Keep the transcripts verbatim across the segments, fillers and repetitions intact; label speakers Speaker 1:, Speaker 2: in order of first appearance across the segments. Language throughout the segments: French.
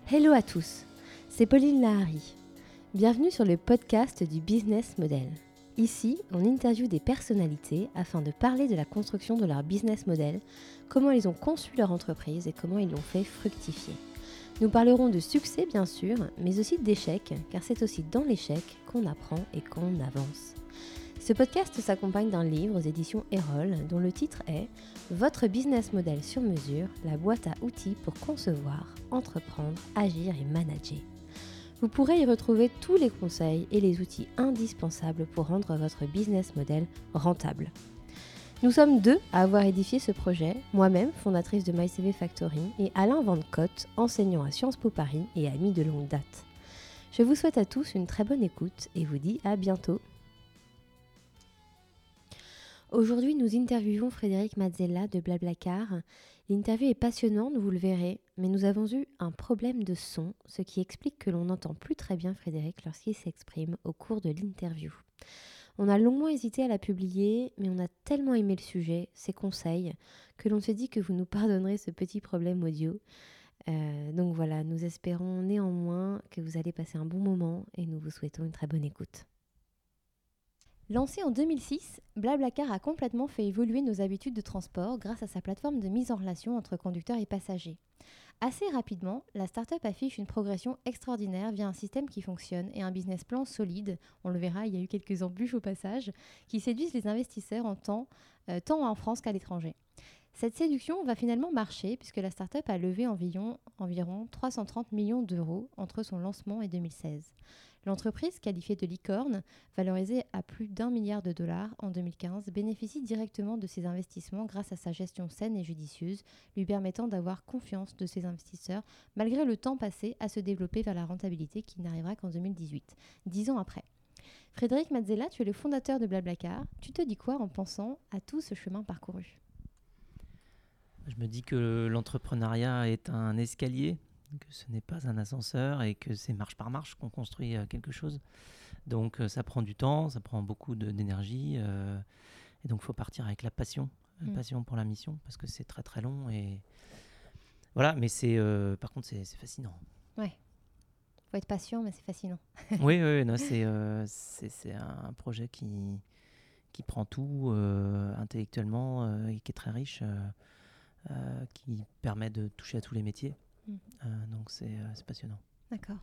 Speaker 1: Hello à tous, c'est Pauline Lahari. Bienvenue sur le podcast du Business Model. Ici, on interviewe des personnalités afin de parler de la construction de leur business model, comment ils ont conçu leur entreprise et comment ils l'ont fait fructifier. Nous parlerons de succès bien sûr, mais aussi d'échecs, car c'est aussi dans l'échec qu'on apprend et qu'on avance. Ce podcast s'accompagne d'un livre aux éditions Erol, dont le titre est « Votre business model sur mesure, la boîte à outils pour concevoir, entreprendre, agir et manager ». Vous pourrez y retrouver tous les conseils et les outils indispensables pour rendre votre business model rentable. Nous sommes deux à avoir édifié ce projet, moi-même, fondatrice de MyCV Factory, et Alain Van Cotte, enseignant à Sciences Po Paris et ami de longue date. Je vous souhaite à tous une très bonne écoute et vous dis à bientôt. Aujourd'hui, nous interviewons Frédéric Mazzella de Blablacar. L'interview est passionnante, vous le verrez, mais nous avons eu un problème de son, ce qui explique que l'on n'entend plus très bien Frédéric lorsqu'il s'exprime au cours de l'interview. On a longuement hésité à la publier, mais on a tellement aimé le sujet, ses conseils, que l'on se dit que vous nous pardonnerez ce petit problème audio. Euh, donc voilà, nous espérons néanmoins que vous allez passer un bon moment et nous vous souhaitons une très bonne écoute. Lancé en deux mille six, Blablacar a complètement fait évoluer nos habitudes de transport grâce à sa plateforme de mise en relation entre conducteurs et passagers. Assez rapidement, la start-up affiche une progression extraordinaire via un système qui fonctionne et un business plan solide, on le verra, il y a eu quelques embûches au passage, qui séduisent les investisseurs en temps, euh, tant en France qu'à l'étranger. Cette séduction va finalement marcher puisque la start-up a levé environ, environ trois cent trente millions d'euros entre son lancement et deux mille seize. L'entreprise, qualifiée de licorne, valorisée à plus d'un milliard de dollars en deux mille quinze, bénéficie directement de ces investissements grâce à sa gestion saine et judicieuse, lui permettant d'avoir confiance de ses investisseurs malgré le temps passé à se développer vers la rentabilité qui n'arrivera qu'en deux mille dix-huit, dix ans après. Frédéric Mazzella, tu es le fondateur de Blablacar. Tu te dis quoi en pensant à tout ce chemin parcouru ?
Speaker 2: Je me dis que l'entrepreneuriat est un escalier, que ce n'est pas un ascenseur et que c'est marche par marche qu'on construit quelque chose. Donc ça prend du temps, ça prend beaucoup de, d'énergie euh, et donc il faut partir avec la passion, la mmh. passion pour la mission parce que c'est très très long et voilà. Mais c'est euh, par contre c'est, c'est fascinant.
Speaker 1: Ouais. Faut être patient, mais c'est fascinant.
Speaker 2: oui, oui, non, c'est, euh, c'est c'est un projet qui qui prend tout euh, intellectuellement euh, et qui est très riche. Euh, Euh, qui permet de toucher à tous les métiers. Mmh. Euh, donc c'est, euh, c'est passionnant.
Speaker 1: D'accord.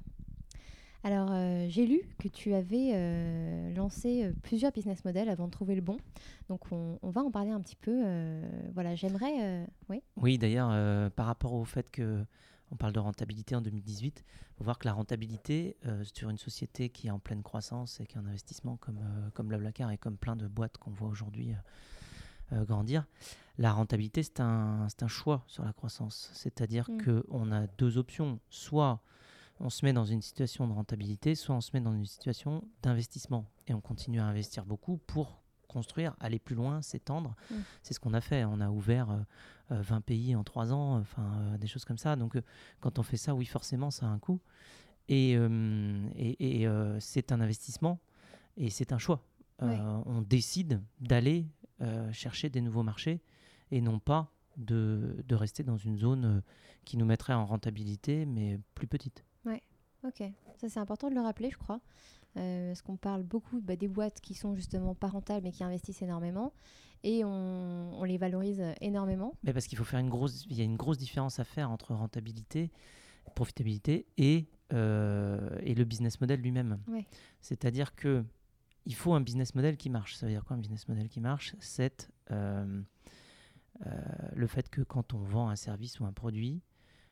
Speaker 1: Alors euh, j'ai lu que tu avais euh, lancé euh, plusieurs business models avant de trouver le bon. Donc on, on va en parler un petit peu. Euh, voilà, j'aimerais... Euh, oui,
Speaker 2: oui, d'ailleurs, euh, par rapport au fait qu'on parle de rentabilité en deux mille dix-huit, il faut voir que la rentabilité euh, sur une société qui est en pleine croissance et qui a un investissement comme, euh, comme Blablacar et comme plein de boîtes qu'on voit aujourd'hui euh, Euh, grandir. La rentabilité, c'est un, c'est un choix sur la croissance. C'est-à-dire mmh. qu'on a deux options. Soit on se met dans une situation de rentabilité, soit on se met dans une situation d'investissement. Et on continue à investir beaucoup pour construire, aller plus loin, s'étendre. Mmh. C'est ce qu'on a fait. On a ouvert euh, vingt pays en trois ans, enfin euh, des choses comme ça. Donc euh, quand on fait ça, oui, forcément, ça a un coût. Et, euh, et, et euh, c'est un investissement et c'est un choix. Euh, oui. On décide d'aller Euh, chercher des nouveaux marchés et non pas de, de rester dans une zone euh, qui nous mettrait en rentabilité mais plus petite.
Speaker 1: Ouais, ok. Ça c'est important de le rappeler je crois. Euh, parce qu'on parle beaucoup bah, des boîtes qui sont justement pas rentables mais qui investissent énormément et on, on les valorise énormément.
Speaker 2: Mais parce qu'il faut faire une grosse, il y a une grosse différence à faire entre rentabilité, profitabilité et, euh, et le business model lui-même.
Speaker 1: Ouais.
Speaker 2: C'est-à-dire que il faut un business model qui marche. Ça veut dire quoi un business model qui marche ? C'est euh, euh, le fait que quand on vend un service ou un produit,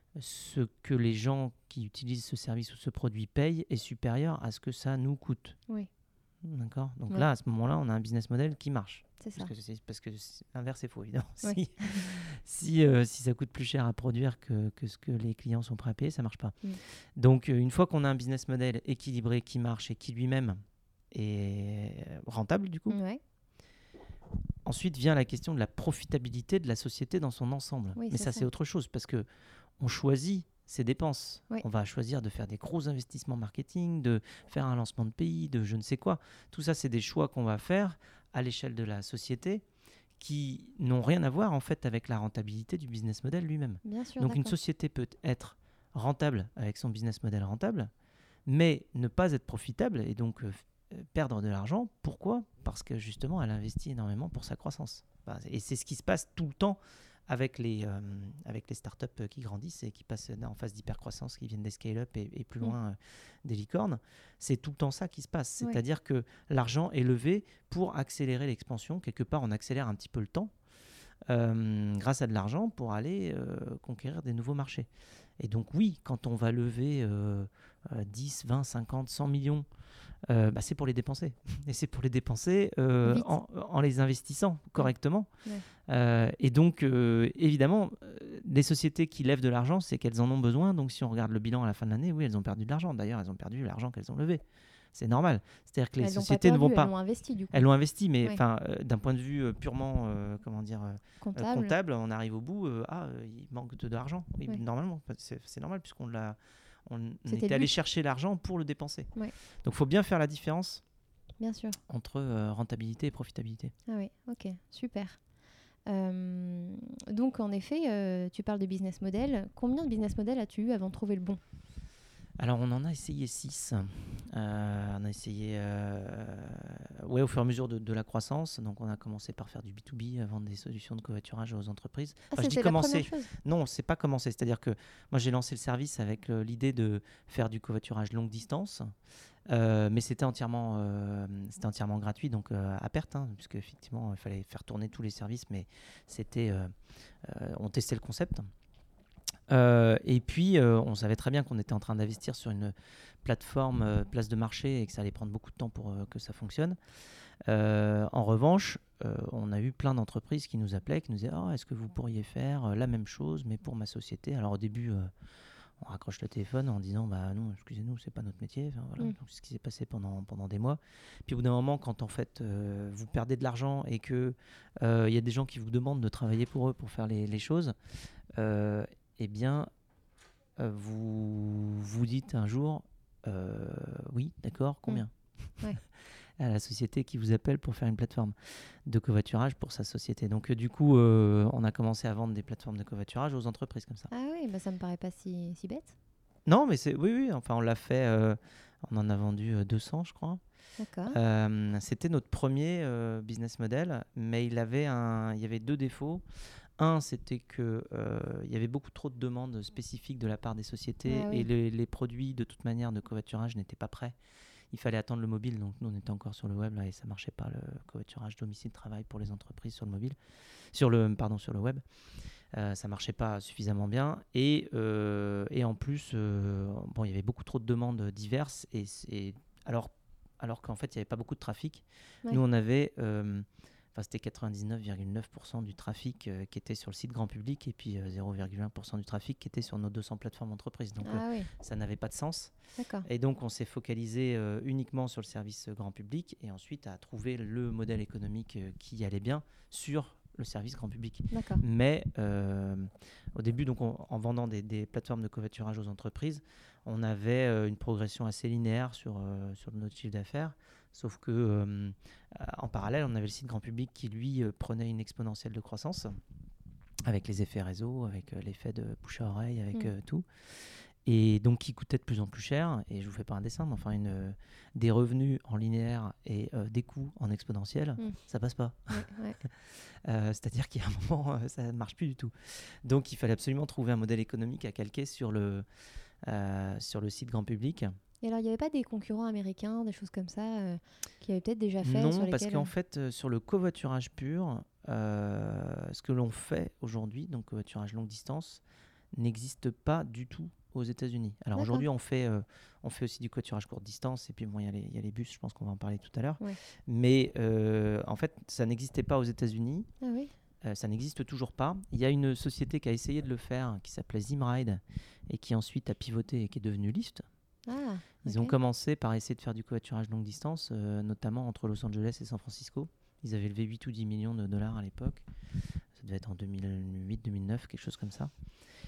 Speaker 2: ce que les gens qui utilisent ce service ou ce produit payent est supérieur à ce que ça nous coûte.
Speaker 1: Oui.
Speaker 2: D'accord ? Donc
Speaker 1: ouais.
Speaker 2: là, à ce moment-là, on a un business model qui marche.
Speaker 1: C'est ça.
Speaker 2: Parce que, c'est, parce que c'est, l'inverse est faux, évidemment.
Speaker 1: Oui.
Speaker 2: Si, si, euh, si ça coûte plus cher à produire que, que ce que les clients sont prêts à payer, ça ne marche pas. Mm. Donc, euh, une fois qu'on a un business model équilibré qui marche et qui lui-même est rentable du coup.
Speaker 1: Ouais.
Speaker 2: Ensuite vient la question de la profitabilité de la société dans son ensemble.
Speaker 1: Oui,
Speaker 2: mais
Speaker 1: c'est
Speaker 2: ça,
Speaker 1: ça
Speaker 2: c'est autre chose parce que on choisit ses dépenses.
Speaker 1: Oui.
Speaker 2: On va choisir de faire des gros investissements marketing, de faire un lancement de pays, de je ne sais quoi. Tout ça, c'est des choix qu'on va faire à l'échelle de la société qui n'ont rien à voir en fait avec la rentabilité du business model lui-même.
Speaker 1: Bien sûr,
Speaker 2: Donc
Speaker 1: d'accord.
Speaker 2: une société peut être rentable avec son business model rentable, mais ne pas être profitable et donc euh, perdre de l'argent. Pourquoi ? Parce que justement, elle investit énormément pour sa croissance. Enfin, et c'est ce qui se passe tout le temps avec les, euh, avec les startups qui grandissent et qui passent en phase d'hypercroissance, qui viennent des scale-up et, et plus loin euh, des licornes. C'est tout le temps ça qui se passe. C'est-à-dire ouais. que l'argent est levé pour accélérer l'expansion. Quelque part, on accélère un petit peu le temps euh, grâce à de l'argent pour aller euh, conquérir des nouveaux marchés. Et donc oui, quand on va lever euh, euh, dix, vingt, cinquante, cent millions, Euh, bah, c'est pour les dépenser. Et c'est pour les dépenser euh, en, en les investissant correctement. Ouais. Ouais. Euh, et donc, euh, évidemment, euh, les sociétés qui lèvent de l'argent, c'est qu'elles en ont besoin. Donc, si on regarde le bilan à la fin de l'année, oui, elles ont perdu de l'argent. D'ailleurs, elles ont perdu l'argent qu'elles ont levé. C'est normal. C'est-à-dire que les
Speaker 1: elles
Speaker 2: sociétés
Speaker 1: pas perdu,
Speaker 2: ne vont pas...
Speaker 1: Elles l'ont investi, du coup.
Speaker 2: Elles l'ont investi, mais
Speaker 1: ouais.
Speaker 2: euh, d'un point de vue euh, purement euh, comment dire, euh,
Speaker 1: comptable.
Speaker 2: comptable, on arrive au bout. Euh, ah, euh, il manque de, d'argent. Oui, ouais. Normalement, c'est, c'est normal puisqu'on l'a... On C'était était allé chercher l'argent pour le dépenser. Ouais. Donc, il faut bien faire la différence
Speaker 1: Bien sûr.
Speaker 2: entre euh, rentabilité et profitabilité.
Speaker 1: Ah oui, ok, super. Euh, donc, en effet, euh, tu parles de business model. Combien de business models as-tu eu avant de trouver le bon ?
Speaker 2: Alors, on en a essayé six. Euh, on a essayé euh, ouais, au fur et à mesure de, de la croissance. Donc, on a commencé par faire du B deux B, vendre des solutions de covoiturage aux entreprises.
Speaker 1: Ah, enfin, je dis commencer.
Speaker 2: Non, c'est pas commencer. C'est-à-dire que moi, j'ai lancé le service avec euh, l'idée de faire du covoiturage longue distance. Euh, mais c'était entièrement, euh, c'était entièrement gratuit, donc euh, à perte, hein, puisque effectivement, il fallait faire tourner tous les services, mais c'était, euh, euh, on testait le concept. Euh, et puis, euh, on savait très bien qu'on était en train d'investir sur une plateforme euh, place de marché et que ça allait prendre beaucoup de temps pour euh, que ça fonctionne. Euh, en revanche, euh, on a eu plein d'entreprises qui nous appelaient, qui nous disaient oh, « est-ce que vous pourriez faire la même chose, mais pour ma société ?» Alors au début, euh, on raccroche le téléphone en disant bah non, excusez-nous, c'est pas notre métier. Enfin, voilà. mmh. Donc, c'est ce qui s'est passé pendant, pendant des mois. Puis au bout d'un moment, quand en fait euh, vous perdez de l'argent et qu'il il euh, y a des gens qui vous demandent de travailler pour eux pour faire les, les choses, euh, eh bien euh, vous vous dites un jour euh, oui, d'accord, combien mmh. ouais. à la société qui vous appelle pour faire une plateforme de covoiturage pour sa société. Donc euh, du coup, euh, on a commencé à vendre des plateformes de covoiturage aux entreprises comme ça.
Speaker 1: Ah oui, bah ça me paraît pas si, si bête.
Speaker 2: Non, mais c'est oui, oui. Enfin, on l'a fait. Euh, on en a vendu euh, deux cents, je crois.
Speaker 1: D'accord.
Speaker 2: Euh, c'était notre premier euh, business model, mais il avait un, il y avait deux défauts. Un, c'était que euh, il y avait beaucoup trop de demandes spécifiques de la part des sociétés ah, oui. et les, les produits de toute manière de covoiturage n'étaient pas prêts. Il fallait attendre le mobile, donc nous on était encore sur le web là, et ça marchait pas, le covoiturage domicile-travail pour les entreprises sur le mobile, sur le pardon sur le web, euh, ça marchait pas suffisamment bien et euh, et en plus euh, bon il y avait beaucoup trop de demandes diverses et, et alors alors qu'en fait il y avait pas beaucoup de trafic. Ouais. Nous on avait euh, Enfin, c'était quatre-vingt-dix-neuf virgule neuf pour cent du trafic euh, qui était sur le site grand public et puis euh, zéro virgule un pour cent du trafic qui était sur nos deux cents plateformes entreprises. Donc,
Speaker 1: ah,
Speaker 2: euh,
Speaker 1: oui.
Speaker 2: ça n'avait pas de sens.
Speaker 1: D'accord.
Speaker 2: Et donc, on s'est focalisé euh, uniquement sur le service euh, grand public et ensuite à trouver le modèle économique euh, qui allait bien sur le service grand public.
Speaker 1: D'accord.
Speaker 2: Mais euh, au début, donc, on, en vendant des, des plateformes de covoiturage aux entreprises, on avait euh, une progression assez linéaire sur, euh, sur notre chiffre d'affaires. Sauf que euh, en parallèle, on avait le site grand public qui, lui, euh, prenait une exponentielle de croissance avec les effets réseau, avec euh, l'effet de bouche à oreille, avec mmh. euh, tout. Et donc, qui coûtait de plus en plus cher. Et je ne vous fais pas un dessin, mais enfin, une, euh, des revenus en linéaire et euh, des coûts en exponentiel, mmh. ça passe pas.
Speaker 1: Ouais, ouais.
Speaker 2: euh, c'est-à-dire qu'il y a un moment, euh, ça ne marche plus du tout. Donc, il fallait absolument trouver un modèle économique à calquer sur le, euh, sur le site grand public.
Speaker 1: Et alors, il n'y avait pas des concurrents américains, des choses comme ça, euh, qui avaient peut-être déjà fait
Speaker 2: Non,
Speaker 1: sur lesquels...
Speaker 2: parce qu'en fait, euh, sur le covoiturage pur, euh, ce que l'on fait aujourd'hui, donc covoiturage longue distance, n'existe pas du tout aux États-Unis. Alors D'accord. aujourd'hui, on fait, euh, on fait aussi du covoiturage courte distance, et puis bon, il y, y a les bus, je pense qu'on va en parler tout à l'heure. Ouais. Mais euh, en fait, ça n'existait pas aux États-Unis.
Speaker 1: Ah oui.
Speaker 2: Euh, ça n'existe toujours pas. Il y a une société qui a essayé de le faire, qui s'appelait Zimride, et qui ensuite a pivoté et qui est devenue Lyft.
Speaker 1: Ah,
Speaker 2: Ils
Speaker 1: okay.
Speaker 2: ont commencé par essayer de faire du covoiturage longue distance, euh, notamment entre Los Angeles et San Francisco. Ils avaient levé huit ou dix millions de dollars à l'époque. Ça devait être en deux mille huit deux mille neuf, quelque chose comme ça.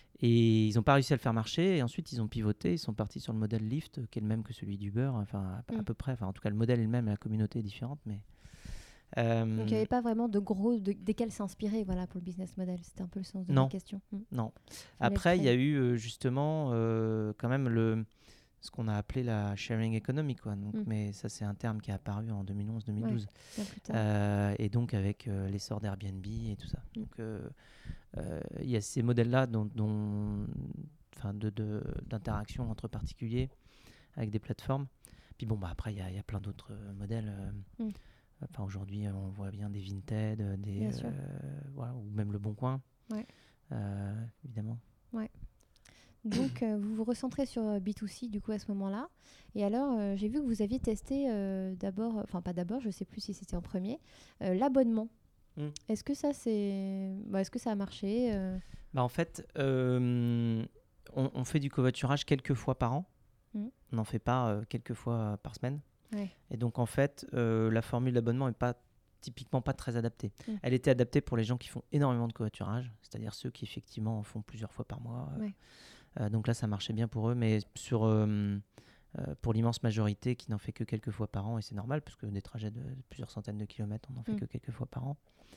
Speaker 2: Et ils n'ont pas réussi à le faire marcher. Et ensuite, ils ont pivoté. Ils sont partis sur le modèle Lyft, qui est le même que celui d'Uber. Enfin, à, mm. à peu près. Enfin, en tout cas, le modèle est le même, la communauté est différente. Mais Euh,
Speaker 1: Donc, il n'y avait pas vraiment de gros de, desquels s'inspirer voilà, pour le business model. C'était un peu le sens de
Speaker 2: non,
Speaker 1: ma question. Mm.
Speaker 2: non.
Speaker 1: Fallait
Speaker 2: Après, il y a
Speaker 1: créer.
Speaker 2: eu euh, justement euh, quand même le, ce qu'on a appelé la sharing economy. Quoi. Donc,
Speaker 1: Mm.
Speaker 2: mais ça, c'est un terme qui est apparu en deux mille onze deux mille douze.
Speaker 1: Ouais, bien plus tard.
Speaker 2: Euh, et donc, avec euh, l'essor d'Airbnb et tout ça.
Speaker 1: Mm.
Speaker 2: Donc, euh, euh, il y a ces modèles-là dont, dont, enfin, de, de, d'interaction entre particuliers avec des plateformes. Puis bon, bah, après, il y, y a plein d'autres euh, modèles. Euh,
Speaker 1: Mm.
Speaker 2: Enfin, aujourd'hui, on voit bien des Vinted, euh, des,
Speaker 1: Bien sûr.
Speaker 2: euh, voilà, ou même Le Bon Coin,
Speaker 1: Ouais.
Speaker 2: euh, évidemment.
Speaker 1: Ouais. Donc, euh, vous vous recentrez sur euh, B deux C du coup à ce moment-là. Et alors, euh, j'ai vu que vous aviez testé euh, d'abord, enfin pas d'abord, je sais plus si c'était en premier, euh, l'abonnement.
Speaker 2: Mm.
Speaker 1: Est-ce que ça c'est, bah, est-ce que ça a marché euh
Speaker 2: Bah, en fait, euh, on, on fait du covoiturage quelques fois par an.
Speaker 1: Mm.
Speaker 2: On n'en fait pas euh, quelques fois par semaine.
Speaker 1: Ouais.
Speaker 2: Et donc, en fait, euh, la formule d'abonnement n'est pas typiquement pas très adaptée.
Speaker 1: Mm.
Speaker 2: Elle était adaptée pour les gens qui font énormément de covoiturage, c'est-à-dire ceux qui effectivement en font plusieurs fois par mois. Euh,
Speaker 1: Ouais.
Speaker 2: euh, donc là, ça marchait bien pour eux, mais sur, euh, euh, pour l'immense majorité qui n'en fait que quelques fois par an, et c'est normal, parce que des trajets de plusieurs centaines de kilomètres, on n'en fait
Speaker 1: Mm.
Speaker 2: que quelques fois par an,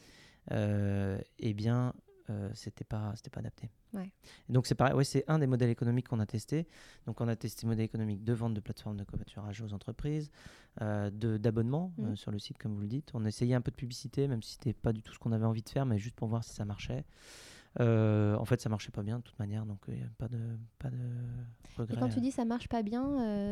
Speaker 2: euh, eh bien, euh, c'était pas, c'était pas adapté.
Speaker 1: Ouais.
Speaker 2: Et donc c'est pareil, ouais, c'est un des modèles économiques qu'on a testé. Donc on a testé le modèle économique de vente de plateformes de covoiturage aux entreprises, euh, de, d'abonnement
Speaker 1: Mm.
Speaker 2: euh, sur le site comme vous le dites. On a essayé un peu de publicité, même si c'était pas du tout ce qu'on avait envie de faire, mais juste pour voir si ça marchait. Euh, en fait, ça marchait pas bien de toute manière, donc il n'y a pas de, pas de regret.
Speaker 1: Et quand tu dis ça marche pas bien,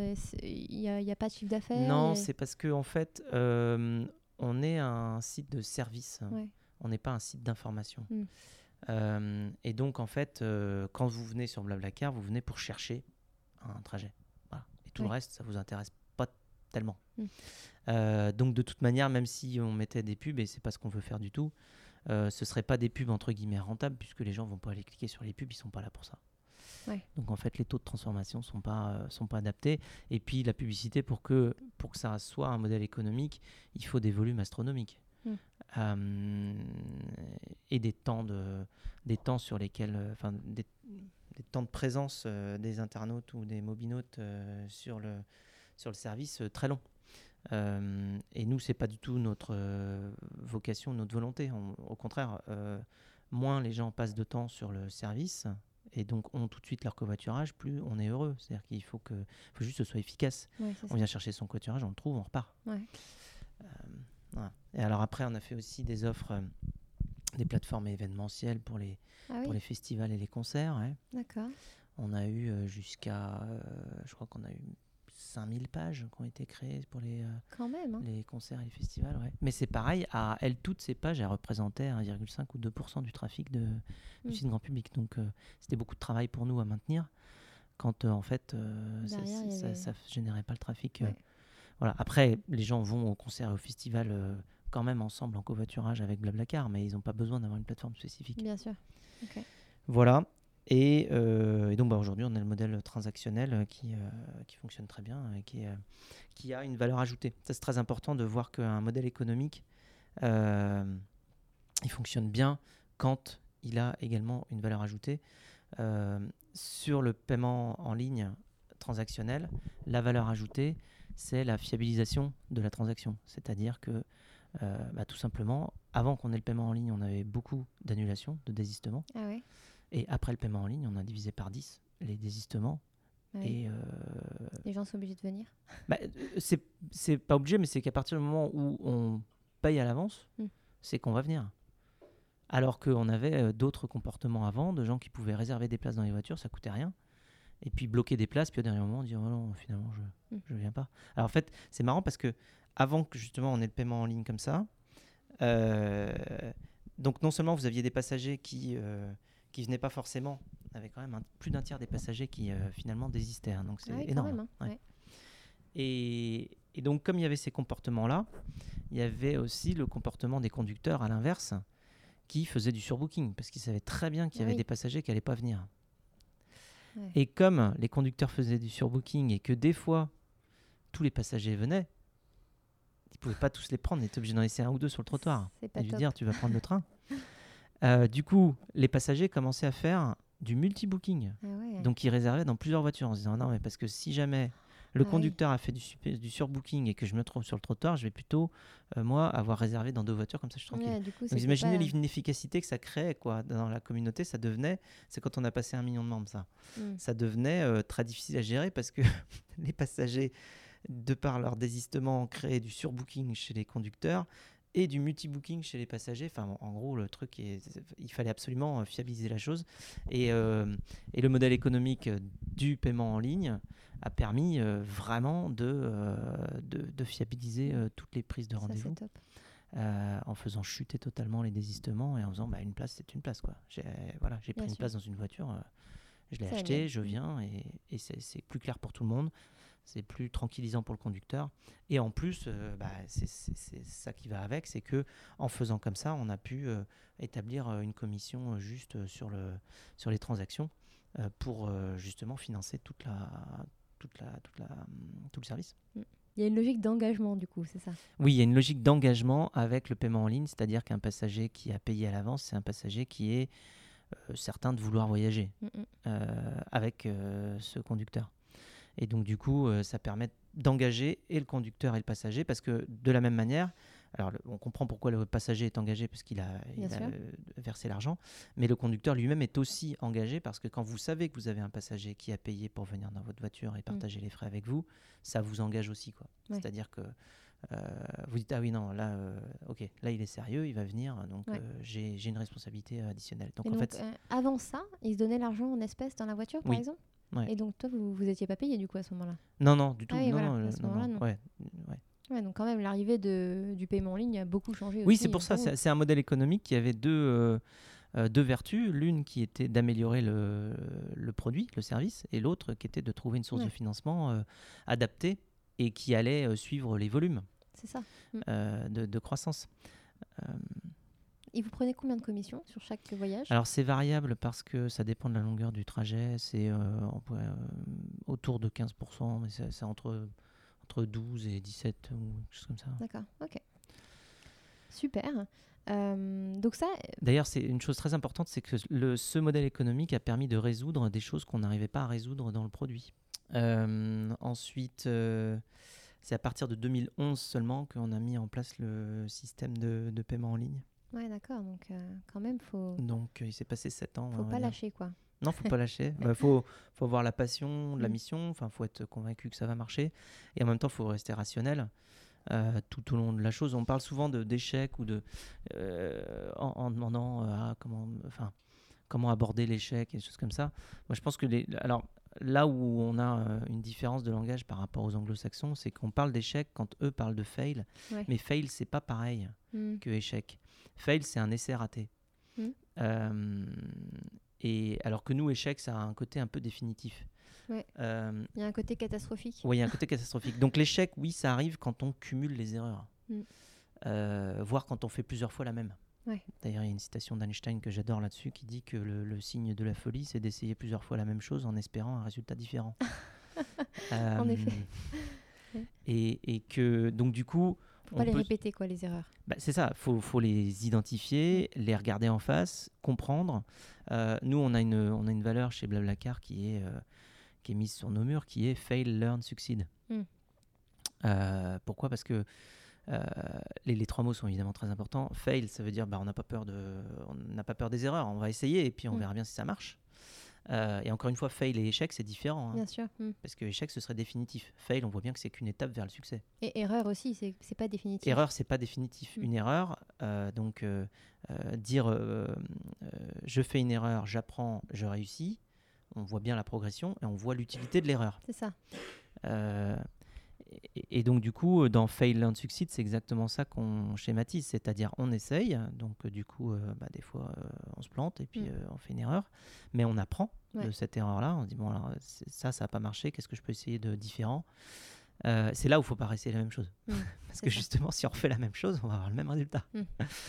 Speaker 1: il n'y a, y a pas de chiffre d'affaires
Speaker 2: Non,
Speaker 1: y a-
Speaker 2: c'est parce que en fait, euh, on est un site de service.
Speaker 1: Ouais.
Speaker 2: On n'est pas un site d'information.
Speaker 1: Mm.
Speaker 2: Euh, et donc, en fait, euh, quand vous venez sur Blablacar, vous venez pour chercher un trajet. Voilà. Et tout
Speaker 1: Ouais.
Speaker 2: le reste, ça vous intéresse pas tellement.
Speaker 1: Mm.
Speaker 2: Euh, donc, de toute manière, même si on mettait des pubs, et c'est pas ce qu'on veut faire du tout, euh, ce serait pas des pubs entre guillemets rentables, puisque les gens vont pas aller cliquer sur les pubs, ils sont pas là pour ça.
Speaker 1: Ouais.
Speaker 2: Donc en fait, les taux de transformation sont pas euh, sont pas adaptés. Et puis la publicité, pour que pour que ça soit un modèle économique, il faut des volumes astronomiques.
Speaker 1: Mm.
Speaker 2: Euh, et des temps de des temps sur lesquels, enfin des, des temps de présence euh, des internautes ou des mobinautes euh, sur le sur le service euh, très longs. Euh, et nous, c'est pas du tout notre euh, vocation, notre volonté. On- au contraire, euh, moins les gens passent de temps sur le service et donc ont tout de suite leur covoiturage, plus on est heureux. C'est-à-dire qu'il faut que, faut juste que ce soit efficace.
Speaker 1: Ouais, c'est
Speaker 2: On
Speaker 1: ça.
Speaker 2: vient chercher son covoiturage, on le trouve, on repart.
Speaker 1: Ouais.
Speaker 2: Euh, voilà. Et alors après, on a fait aussi des offres, euh, des plateformes événementielles pour les,
Speaker 1: Ah oui,
Speaker 2: pour les festivals et les concerts. Ouais.
Speaker 1: d'accord.
Speaker 2: On a eu euh, jusqu'à, euh, je crois qu'on a eu cinq mille pages qui ont été créées pour les, euh,
Speaker 1: Quand même. Hein.
Speaker 2: les concerts et les festivals. Ouais. Mais c'est pareil, à elles toutes ces pages, elles représentaient un virgule cinq ou deux pour cent du trafic de,
Speaker 1: Mm.
Speaker 2: du site grand public. Donc euh, c'était beaucoup de travail pour nous à maintenir quand euh, en fait euh, ça,
Speaker 1: Derrière, il y
Speaker 2: ça,
Speaker 1: avait-
Speaker 2: ça générait pas le trafic. euh.
Speaker 1: Ouais.
Speaker 2: Voilà. Après, les gens vont au concert et au festival euh, quand même ensemble en covoiturage avec Blablacar, mais ils n'ont pas besoin d'avoir une plateforme spécifique.
Speaker 1: Bien sûr. Ok.
Speaker 2: Voilà. Et, euh, et donc bah, aujourd'hui, on a le modèle transactionnel euh, qui, euh, qui fonctionne très bien et qui, euh, qui a une valeur ajoutée. Ça, c'est très important de voir qu'un modèle économique, euh, il fonctionne bien quand il a également une valeur ajoutée. Euh, sur le paiement en ligne transactionnel, la valeur ajoutée, c'est la fiabilisation de la transaction. C'est-à-dire que euh, bah, tout simplement, avant qu'on ait le paiement en ligne, on avait beaucoup d'annulations, de désistements.
Speaker 1: Ah ouais.
Speaker 2: Et après le paiement en ligne, on a divisé par dix les désistements.
Speaker 1: Ah oui.
Speaker 2: Et euh,
Speaker 1: Les gens sont obligés de venir.
Speaker 2: bah, euh, c'est, c'est pas obligé, mais c'est qu'à partir du moment où on paye à l'avance,
Speaker 1: Mm.
Speaker 2: c'est qu'on va venir. Alors qu'on avait euh, d'autres comportements avant, de gens qui pouvaient réserver des places dans les voitures, ça coûtait rien. Et puis bloquer des places, puis au dernier moment dire oh non, finalement je
Speaker 1: Mm.
Speaker 2: je viens pas. Alors en fait, c'est marrant parce que avant que justement on ait le paiement en ligne comme ça, euh, donc non seulement vous aviez des passagers qui euh, qui venaient pas forcément, il y avait quand même un- plus d'un tiers des passagers qui euh, finalement désistaient, hein, donc c'est
Speaker 1: Ah oui, quand
Speaker 2: énorme.
Speaker 1: même, hein.
Speaker 2: Ouais.
Speaker 1: Ouais.
Speaker 2: Et, et donc comme il y avait ces comportements-là, il y avait aussi le comportement des conducteurs à l'inverse qui faisaient du surbooking parce qu'ils savaient très bien qu'il y
Speaker 1: Ah
Speaker 2: avait
Speaker 1: oui.
Speaker 2: des passagers qui n'allaient pas venir.
Speaker 1: Ouais.
Speaker 2: Et comme les conducteurs faisaient du surbooking et que des fois tous les passagers venaient, ils ne pouvaient pas tous les prendre, ils étaient obligés d'en laisser un ou deux sur le trottoir
Speaker 1: C'est pas
Speaker 2: et lui
Speaker 1: top.
Speaker 2: dire tu vas prendre le train. Euh, du coup, les passagers commençaient à faire du multi-booking.
Speaker 1: Ah ouais.
Speaker 2: Donc ils réservaient dans plusieurs voitures en se disant non mais parce que si jamais le
Speaker 1: Ah
Speaker 2: conducteur a fait du, super- du surbooking et que je me trouve sur le trottoir, je vais plutôt, euh, moi, avoir réservé dans deux voitures, comme ça je suis
Speaker 1: oui.
Speaker 2: tranquille.
Speaker 1: Ouais, du coup,
Speaker 2: Donc
Speaker 1: c'était
Speaker 2: vous imaginez
Speaker 1: pas...
Speaker 2: l'inefficacité que ça crée quoi, dans la communauté, ça devenait, c'est quand on a passé un million de membres ça,
Speaker 1: Hmm.
Speaker 2: ça devenait euh, très difficile à gérer parce que les passagers, de par leur désistement, créaient du surbooking chez les conducteurs et du multi-booking chez les passagers. Enfin, en gros, le truc, est, il fallait absolument euh, fiabiliser la chose. Et, euh, et le modèle économique euh, du paiement en ligne a permis euh, vraiment de, euh, de, de fiabiliser euh, toutes les prises de
Speaker 1: Ça, c'est
Speaker 2: rendez-vous
Speaker 1: top.
Speaker 2: euh, en faisant chuter totalement les désistements et en faisant bah, une place, c'est une place. Quoi. J'ai, voilà, j'ai
Speaker 1: Bien
Speaker 2: pris une
Speaker 1: sûr.
Speaker 2: place dans une voiture, euh, je l'ai
Speaker 1: C'est la
Speaker 2: achetée,
Speaker 1: mienne.
Speaker 2: je
Speaker 1: Hmm.
Speaker 2: viens et, et c'est, c'est plus clair pour tout le monde. C'est plus tranquillisant pour le conducteur. Et en plus, euh, bah, c'est, c'est- c'est ça qui va avec, c'est que en faisant comme ça, on a pu euh, établir euh, une commission euh, juste euh, sur, le, sur les transactions euh, pour euh, justement financer toute la, toute la, toute la, hum, tout le service.
Speaker 1: Hmm. Il y a une logique d'engagement, du coup, c'est ça.
Speaker 2: Oui, il y a une logique d'engagement avec le paiement en ligne, c'est-à-dire qu'un passager qui a payé à l'avance, c'est un passager qui est euh, certain de vouloir voyager
Speaker 1: Hmm, hmm.
Speaker 2: euh, avec euh, ce conducteur. Et donc, du coup, euh, ça permet d'engager et le conducteur et le passager parce que de la même manière, alors le- on comprend pourquoi le passager est engagé parce qu'il a,
Speaker 1: Bien
Speaker 2: il a
Speaker 1: sûr.
Speaker 2: euh, versé l'argent, mais le conducteur lui-même est aussi engagé parce que quand vous savez que vous avez un passager qui a payé pour venir dans votre voiture et partager les frais avec vous, ça vous engage aussi, quoi.
Speaker 1: Ouais.
Speaker 2: C'est-à-dire que euh, vous dites ah oui non là euh, ok là il est sérieux, il va venir donc
Speaker 1: Ouais.
Speaker 2: euh, j'ai, j'ai une responsabilité additionnelle. Donc
Speaker 1: Et
Speaker 2: en
Speaker 1: donc,
Speaker 2: fait
Speaker 1: euh, avant ça, ils se donnaient l'argent en espèces dans la voiture, par
Speaker 2: oui.
Speaker 1: exemple.
Speaker 2: Ouais.
Speaker 1: Et donc, toi, vous vous étiez pas payé, du coup, à ce moment-là.
Speaker 2: Non non du tout
Speaker 1: Ah oui,
Speaker 2: non
Speaker 1: voilà,
Speaker 2: non
Speaker 1: à
Speaker 2: euh,
Speaker 1: ce
Speaker 2: non
Speaker 1: moment-là,
Speaker 2: non
Speaker 1: non.
Speaker 2: ouais ouais.
Speaker 1: Ouais, donc quand même, l'arrivée de, du paiement en ligne a beaucoup changé
Speaker 2: Oui,
Speaker 1: aussi
Speaker 2: c'est pour
Speaker 1: euh,
Speaker 2: ça.
Speaker 1: pour vous.
Speaker 2: C'est, c'est un modèle économique qui avait deux, euh, euh, deux vertus. L'une qui était d'améliorer le, le produit, le service, et l'autre qui était de trouver une source
Speaker 1: Ouais.
Speaker 2: de financement euh, adaptée et qui allait euh, suivre les volumes
Speaker 1: C'est ça. Mm.
Speaker 2: euh, de, de croissance. Euh,
Speaker 1: Et vous prenez combien de commissions sur chaque voyage?
Speaker 2: alors c'est variable parce que ça dépend de la longueur du trajet. C'est euh, on pourrait, euh, autour de quinze pour cent, mais c'est, c'est entre, entre douze et dix-sept ou quelque chose comme ça.
Speaker 1: D'accord, ok. Super. Euh, donc ça,
Speaker 2: D'ailleurs, c'est une chose très importante, c'est que le, ce modèle économique a permis de résoudre des choses qu'on n'arrivait pas à résoudre dans le produit. Euh, ensuite, euh, c'est à partir de deux mille onze seulement qu'on a mis en place le système de, de paiement en ligne.
Speaker 1: ouais, d'accord. Donc euh, quand même, faut,
Speaker 2: Donc, euh, il s'est passé sept ans.
Speaker 1: faut
Speaker 2: on va
Speaker 1: pas
Speaker 2: dire.
Speaker 1: lâcher, quoi.
Speaker 2: Non, faut pas lâcher. Il bah, faut, faut avoir la passion de la
Speaker 1: Mm.
Speaker 2: mission. Enfin, faut être convaincu que ça va marcher. Et en même temps, il faut rester rationnel. Euh, tout au long de la chose. On parle souvent de, d'échecs ou de euh, en, en demandant euh, ah, comment, enfin, comment aborder l'échec et des choses comme ça. Moi, je pense que les, alors là où on a euh, une différence de langage par rapport aux anglo-saxons, c'est qu'on parle d'échec quand eux parlent de fail,
Speaker 1: Ouais.
Speaker 2: mais fail c'est pas pareil
Speaker 1: Mm.
Speaker 2: que échec. Fail c'est un essai raté.
Speaker 1: Mm.
Speaker 2: Euh, et alors que nous échec ça a un côté un peu définitif.
Speaker 1: Ouais.
Speaker 2: Euh,
Speaker 1: Il y a un côté catastrophique.
Speaker 2: oui, il y a un côté catastrophique. Donc l'échec, oui, ça arrive quand on cumule les erreurs,
Speaker 1: Mm.
Speaker 2: euh, voire quand on fait plusieurs fois la même.
Speaker 1: Ouais.
Speaker 2: D'ailleurs, il y a une citation d'Einstein que j'adore là-dessus qui dit que le, le signe de la folie, c'est d'essayer plusieurs fois la même chose en espérant un résultat différent. Euh,
Speaker 1: En effet.
Speaker 2: Et, et que donc du coup,
Speaker 1: Faut
Speaker 2: on
Speaker 1: pas les
Speaker 2: peut-
Speaker 1: répéter, quoi, les erreurs.
Speaker 2: bah, c'est ça, faut, faut les identifier, les regarder en face, comprendre. Euh, nous, on a une, on a une valeur chez Blablacar qui est, euh, qui est mise sur nos murs, qui est fail, learn, succeed.
Speaker 1: Mm.
Speaker 2: Euh, pourquoi? Parce que euh, les, les trois mots sont évidemment très importants. Fail, ça veut dire bah, on n'a pas peur de, on n'a pas peur des erreurs. On va essayer et puis on
Speaker 1: Mm.
Speaker 2: verra bien si ça marche. Euh, et encore une fois, fail et échec, c'est différent. hein,
Speaker 1: Bien sûr. Mm.
Speaker 2: parce que échec, ce serait définitif. Fail, on voit bien que c'est qu'une étape vers le succès.
Speaker 1: Et erreur aussi, c'est c'est pas définitif.
Speaker 2: Erreur, c'est pas définitif.
Speaker 1: Mm.
Speaker 2: Une erreur, euh, donc euh, euh, dire euh, euh, je fais une erreur, j'apprends, je réussis. On voit bien la progression et on voit l'utilité de l'erreur.
Speaker 1: C'est ça.
Speaker 2: Euh, et, et donc du coup, dans Fail, Learn, Succeed, c'est exactement ça qu'on schématise, c'est-à-dire on essaye, donc euh, du coup, euh, bah, des fois euh, on se plante et puis
Speaker 1: Mm.
Speaker 2: euh, on fait une erreur, mais on apprend
Speaker 1: Ouais.
Speaker 2: de cette erreur-là, on se dit bon alors c'est- ça, ça n'a pas marché, qu'est-ce que je peux essayer de différent? Euh, C'est là où il ne faut pas rester la même chose,
Speaker 1: Mm.
Speaker 2: parce
Speaker 1: C'est
Speaker 2: que
Speaker 1: ça.
Speaker 2: justement, si on refait la même chose, on va avoir le même résultat.
Speaker 1: Mm.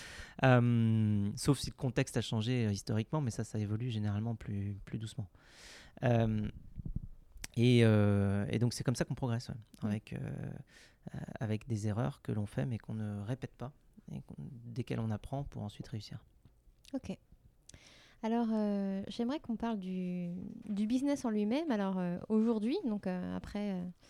Speaker 2: Euh, sauf si le contexte a changé euh, historiquement, mais ça, ça évolue généralement plus, plus doucement. Euh, Et, euh, et donc c'est comme ça qu'on progresse, ouais,
Speaker 1: Mm.
Speaker 2: avec, euh, euh, avec des erreurs que l'on fait mais qu'on ne répète pas et qu'on- desquelles on apprend pour ensuite réussir.
Speaker 1: Ok. Alors, euh, j'aimerais qu'on parle du, du business en lui-même. Alors, euh, aujourd'hui, donc euh, après, euh,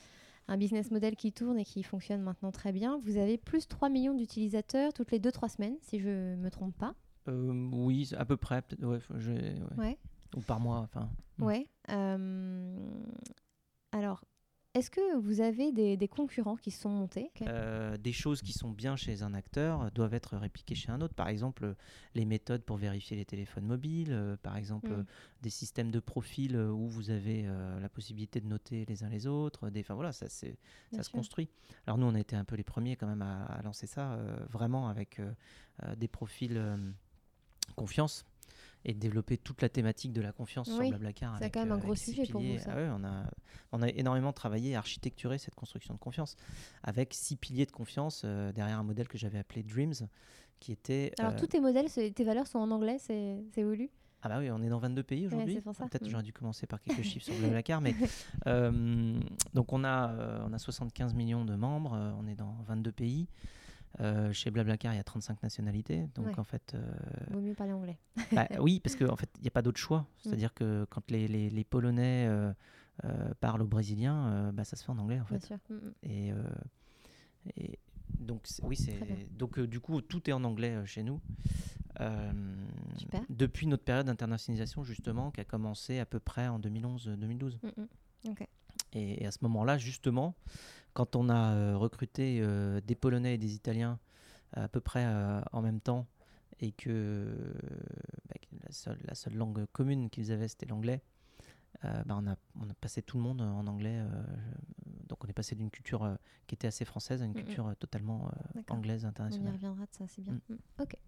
Speaker 1: un business model qui tourne et qui fonctionne maintenant très bien. Vous avez plus trois millions d'utilisateurs toutes les deux trois semaines, si je ne me trompe pas.
Speaker 2: Euh, oui, à peu près. Peut-être, ouais, je- ouais.
Speaker 1: Ouais.
Speaker 2: Ou par mois. Enfin.
Speaker 1: Ouais. Euh, alors, est-ce que vous avez des, des concurrents qui se sont montés? Okay.
Speaker 2: Euh, des choses qui sont bien chez un acteur doivent être répliquées chez un autre. Par exemple, les méthodes pour vérifier les téléphones mobiles, euh, par exemple,
Speaker 1: Mm.
Speaker 2: des systèmes de profil où vous avez euh, la possibilité de noter les uns les autres. Des, enfin voilà, ça, c'est, ça se construit. Alors nous, on a été un peu les premiers quand même à, à lancer ça, euh, vraiment avec euh, euh, des profils euh, confiance. Et de développer toute la thématique de la confiance
Speaker 1: oui,
Speaker 2: sur Blablacar.
Speaker 1: C'est
Speaker 2: avec,
Speaker 1: quand même un
Speaker 2: euh,
Speaker 1: gros
Speaker 2: avec
Speaker 1: sujet pour vous, ça.
Speaker 2: Ah ouais, on, a, on a énormément travaillé, architecturé cette construction de confiance avec six piliers de confiance euh, derrière un modèle que j'avais appelé Dreams, qui était...
Speaker 1: Alors,
Speaker 2: euh...
Speaker 1: tous tes modèles, tes valeurs sont en anglais, c'est, c'est voulu?
Speaker 2: Ah bah oui, on est dans vingt-deux pays aujourd'hui.
Speaker 1: Ouais, c'est pour ça.
Speaker 2: Peut-être
Speaker 1: mm.
Speaker 2: j'aurais dû commencer par quelques chiffres sur Blablacar, mais euh, donc on a, euh, on a soixante-quinze millions de membres, euh, on est dans vingt-deux pays. Euh, chez Blablacar, il y a trente-cinq nationalités, donc
Speaker 1: Ouais.
Speaker 2: en fait... Euh...
Speaker 1: Vaut mieux parler anglais.
Speaker 2: bah, oui, parce qu'en en fait, il n'y a pas d'autre choix. C'est-à-dire mm. que quand les, les, les Polonais euh, euh, parlent au brésilien, euh, bah, ça se fait en anglais, en fait.
Speaker 1: Bien sûr. Mm-hmm.
Speaker 2: Et, euh, et donc, c'est, oui, c'est... Donc, euh, du coup, tout est en anglais euh, chez nous. Euh,
Speaker 1: Super.
Speaker 2: Depuis notre période d'internationalisation, justement, qui a commencé à peu près en deux mille onze deux mille douze.
Speaker 1: Mm-hmm. Okay.
Speaker 2: Et, et à ce moment-là, justement, quand on a euh, recruté euh, des Polonais et des Italiens à peu près euh, en même temps, et que, bah, que la, seule, la seule langue commune qu'ils avaient, c'était l'anglais, euh, bah, on, a, on a passé tout le monde en anglais. Euh, donc on est passé d'une culture euh, qui était assez française à une mm-hmm. culture euh, totalement euh, anglaise, internationale.
Speaker 1: On y reviendra de ça, c'est bien. Mm. Mm. Ok.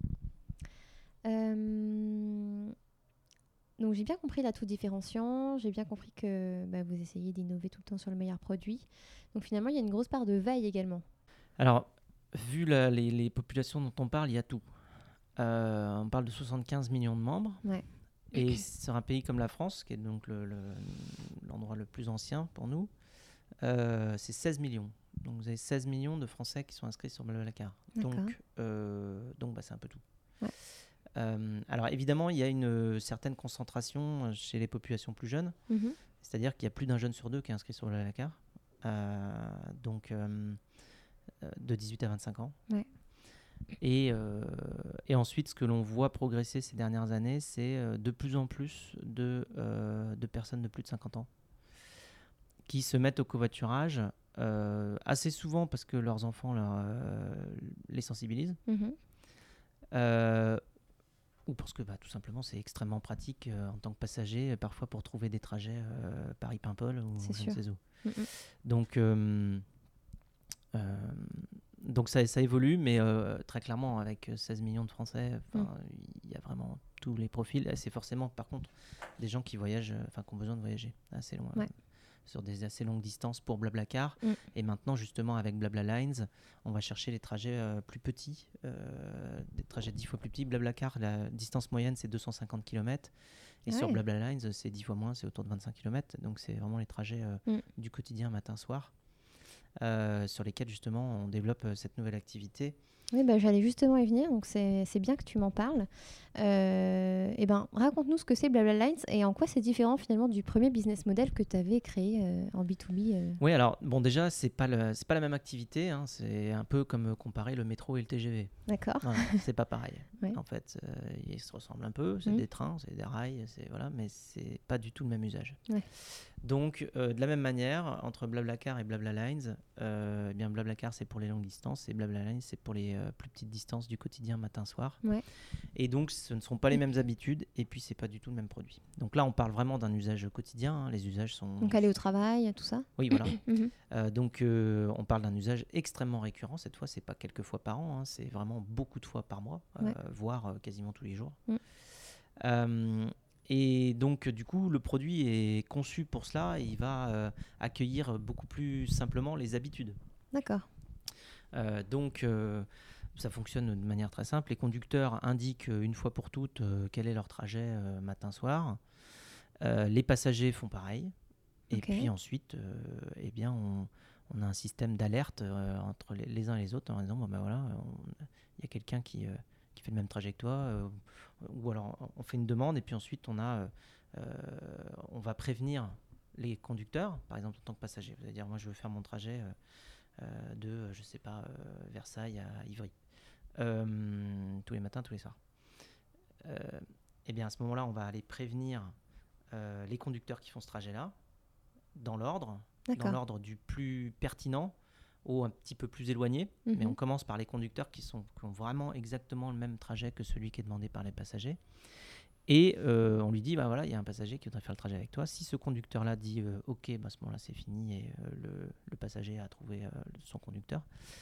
Speaker 1: Euh... Donc j'ai bien compris la tout différenciant, j'ai bien compris que bah, vous essayez d'innover tout le temps sur le meilleur produit. Donc finalement, il y a une grosse part de veille également.
Speaker 2: Alors, vu la, les, les populations dont on parle, il y a tout. Euh, on parle de soixante-quinze millions de membres.
Speaker 1: Ouais.
Speaker 2: Et sur un pays comme la France, qui est donc le, le, l'endroit le plus ancien pour nous, euh, c'est seize millions. Donc vous avez seize millions de Français qui sont inscrits sur Blablacar. Donc, euh, donc bah, c'est un peu tout.
Speaker 1: Ouais.
Speaker 2: Euh, alors évidemment, il y a une certaine concentration chez les populations plus jeunes. Mm-hmm. C'est-à-dire qu'il y a plus d'un jeune sur deux qui est inscrit sur Blablacar. Euh, donc euh, de dix-huit à vingt-cinq ans.
Speaker 1: Ouais.
Speaker 2: Et, euh, et ensuite, ce que l'on voit progresser ces dernières années, c'est euh, de plus en plus de, euh, de personnes de plus de cinquante ans qui se mettent au covoiturage, euh, assez souvent parce que leurs enfants leur, euh, les sensibilisent, mm-hmm. euh, ou parce que bah, tout simplement c'est extrêmement pratique euh, en tant que passager, parfois pour trouver des trajets euh, Paris-Paimpol ou
Speaker 1: c'est
Speaker 2: je
Speaker 1: sûr.
Speaker 2: ne sais où.
Speaker 1: Mm-hmm.
Speaker 2: Donc... Euh, euh, Donc ça, ça évolue, mais euh, très clairement, avec seize millions de Français, il mm. y a vraiment tous les profils. Et c'est forcément, par contre, des gens qui voyagent, enfin, qui ont besoin de voyager assez loin,
Speaker 1: ouais.
Speaker 2: sur des assez longues distances pour Blablacar.
Speaker 1: Mm.
Speaker 2: Et maintenant, justement, avec Blabla Lines, on va chercher les trajets euh, plus petits, euh, des trajets dix fois plus petits. Blablacar, la distance moyenne, c'est deux cent cinquante kilomètres. Et ah sur ouais. Blabla Lines, c'est dix fois moins, c'est autour de vingt-cinq kilomètres. Donc c'est vraiment les trajets euh, mm. du quotidien, matin-soir. Euh, sur lesquels justement on développe euh, cette nouvelle activité.
Speaker 1: Oui, bah, j'allais justement y venir, donc c'est, c'est bien que tu m'en parles. Euh, et ben, raconte-nous ce que c'est Blabla Lines et en quoi c'est différent finalement du premier business model que tu avais créé euh, en B deux B. Euh.
Speaker 2: Oui, alors bon, déjà, c'est pas, le, c'est pas la même activité, hein, c'est un peu comme comparer le métro et le T G V.
Speaker 1: D'accord.
Speaker 2: Voilà, c'est pas pareil.
Speaker 1: Ouais.
Speaker 2: En fait, euh, ils se ressemblent un peu, c'est mmh. des trains, c'est des rails, c'est, voilà, mais c'est pas du tout le même usage.
Speaker 1: Ouais.
Speaker 2: Donc, euh, de la même manière, entre Blablacar et Blabla Lines, euh, eh bien Blablacar c'est pour les longues distances et Blabla Lines c'est pour les euh, plus petites distances du quotidien matin-soir.
Speaker 1: Ouais.
Speaker 2: Et donc, ce ne sont pas les mêmes habitudes et puis c'est pas du tout le même produit. Donc là, on parle vraiment d'un usage quotidien. Hein, les usages sont.
Speaker 1: Donc aller au travail, tout ça.
Speaker 2: Oui, voilà. mmh. euh, donc, euh, on parle d'un usage extrêmement récurrent. Cette fois, c'est pas quelques fois par an, hein, c'est vraiment beaucoup de fois par mois, ouais. euh, voire euh, quasiment tous les jours. Mmh. Euh, Et donc, du coup, le produit est conçu pour cela et il va euh, accueillir beaucoup plus simplement les habitudes.
Speaker 1: D'accord.
Speaker 2: Euh, donc, euh, ça fonctionne de manière très simple. Les conducteurs indiquent une fois pour toutes euh, quel est leur trajet euh, matin-soir. Euh, les passagers font pareil. Et okay. puis ensuite, euh, eh bien, on, on a un système d'alerte euh, entre les, les uns et les autres en disant, bon, ben voilà, il y a quelqu'un qui... Euh, qui fait le même trajet que toi, euh, ou alors on fait une demande et puis ensuite on a, euh, on va prévenir les conducteurs, par exemple en tant que passager. Vous allez dire, moi je veux faire mon trajet euh, euh, de, je sais pas, euh, Versailles à Ivry, euh, tous les matins, tous les soirs. Euh, et bien à ce moment-là, on va aller prévenir euh, les conducteurs qui font ce trajet-là, dans l'ordre,
Speaker 1: D'accord.
Speaker 2: dans l'ordre du plus pertinent au un petit peu plus éloigné. Mm-hmm. Mais on commence par les conducteurs qui, sont, qui ont vraiment exactement le même trajet que celui qui est demandé par les passagers. Et euh, on lui dit, bah voilà, il y a un passager qui voudrait faire le trajet avec toi. Si ce conducteur-là dit, euh, ok, bah à ce moment-là, c'est fini et euh, le, le passager a trouvé euh, son conducteur.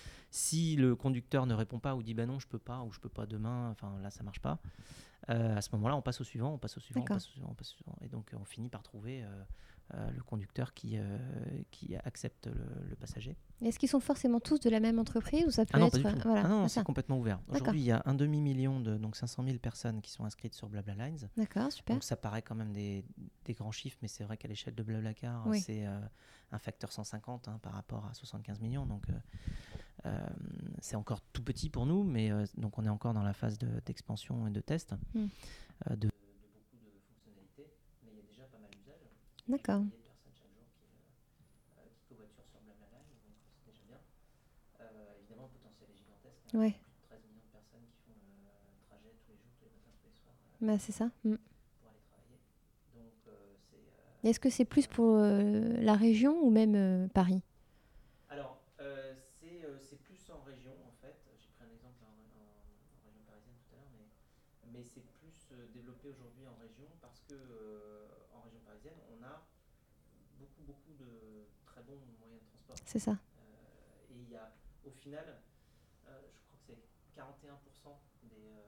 Speaker 2: Si le conducteur ne répond pas ou dit, bah non, je peux pas ou je peux pas demain, enfin là, ça marche pas. Euh, à ce moment-là, on passe au suivant, on passe au suivant, on passe au suivant, on passe au suivant. Et donc, on finit par trouver euh, euh, le conducteur qui, euh, qui accepte le, le passager.
Speaker 1: Est-ce qu'ils sont forcément tous de la même entreprise ou ça peut
Speaker 2: ah non,
Speaker 1: être...
Speaker 2: pas du tout.
Speaker 1: Voilà,
Speaker 2: ah non,
Speaker 1: c'est,
Speaker 2: c'est complètement ouvert.
Speaker 1: D'accord.
Speaker 2: Aujourd'hui, il y a un demi-million, de, donc cinq cent mille personnes qui sont inscrites sur Blabla Lines.
Speaker 1: D'accord, super.
Speaker 2: Donc ça paraît quand même des, des grands chiffres, mais c'est vrai qu'à l'échelle de Blablacar,
Speaker 1: oui.
Speaker 2: c'est euh, un facteur cent cinquante hein, par rapport à soixante-quinze millions. Donc euh, euh, c'est encore tout petit pour nous, mais euh, donc on est encore dans la phase de, d'expansion et de test. Mm. Euh, de, de beaucoup de fonctionnalités, mais il y a déjà pas mal d'usages.
Speaker 1: D'accord.
Speaker 2: Il y a des personnes chaque jour qui, euh, qui covoiturent sur Blabla Live, donc c'est déjà bien. Euh, évidemment, le potentiel est gigantesque. Hein.
Speaker 1: Ouais.
Speaker 2: Plus de treize millions de personnes qui font le trajet tous les jours, tous les matins, tous les soirs. Euh,
Speaker 1: bah, c'est ça. Mm.
Speaker 2: Pour aller travailler. Donc, euh, c'est, euh,
Speaker 1: Est-ce que c'est plus pour euh, la région ou même euh, Paris ?
Speaker 2: Alors, euh, c'est, euh, c'est plus en région, en fait. J'ai pris un exemple en, en, en région parisienne tout à l'heure, mais, mais c'est plus euh, développé aujourd'hui en région parce que euh, en région parisienne, on a beaucoup, beaucoup de très bons moyens de transport.
Speaker 1: C'est ça.
Speaker 2: Euh, et il y a, au final, euh, je crois que c'est quarante et un pour cent des, euh,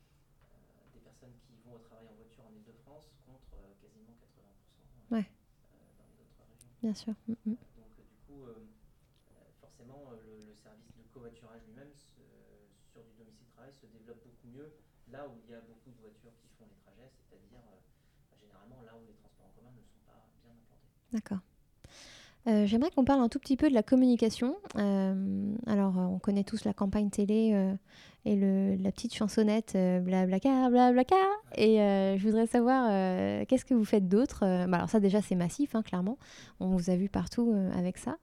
Speaker 2: euh, des personnes qui vont au travail en voiture en Ile-de-France contre euh, quasiment quatre-vingts pour cent euh,
Speaker 1: ouais.
Speaker 2: euh, dans les autres régions.
Speaker 1: Bien sûr. Mm-hmm.
Speaker 2: Euh, donc, du coup, euh, forcément, le, le service de covoiturage lui-même se, sur du domicile-travail se développe beaucoup mieux là où il y a beaucoup de voitures qui font les trajets, c'est-à-dire euh, généralement là où les transports en commun ne sont pas bien implantés.
Speaker 1: D'accord. Euh, j'aimerais qu'on parle un tout petit peu de la communication. Euh, alors, on connaît tous la campagne télé euh, et le, la petite chansonnette euh, Blablacar, Blablacar. Ouais. Et euh, je voudrais savoir, euh, qu'est-ce que vous faites d'autre ? euh, bah Alors ça, déjà, c'est massif, hein, clairement. On vous a vu partout euh, avec ça.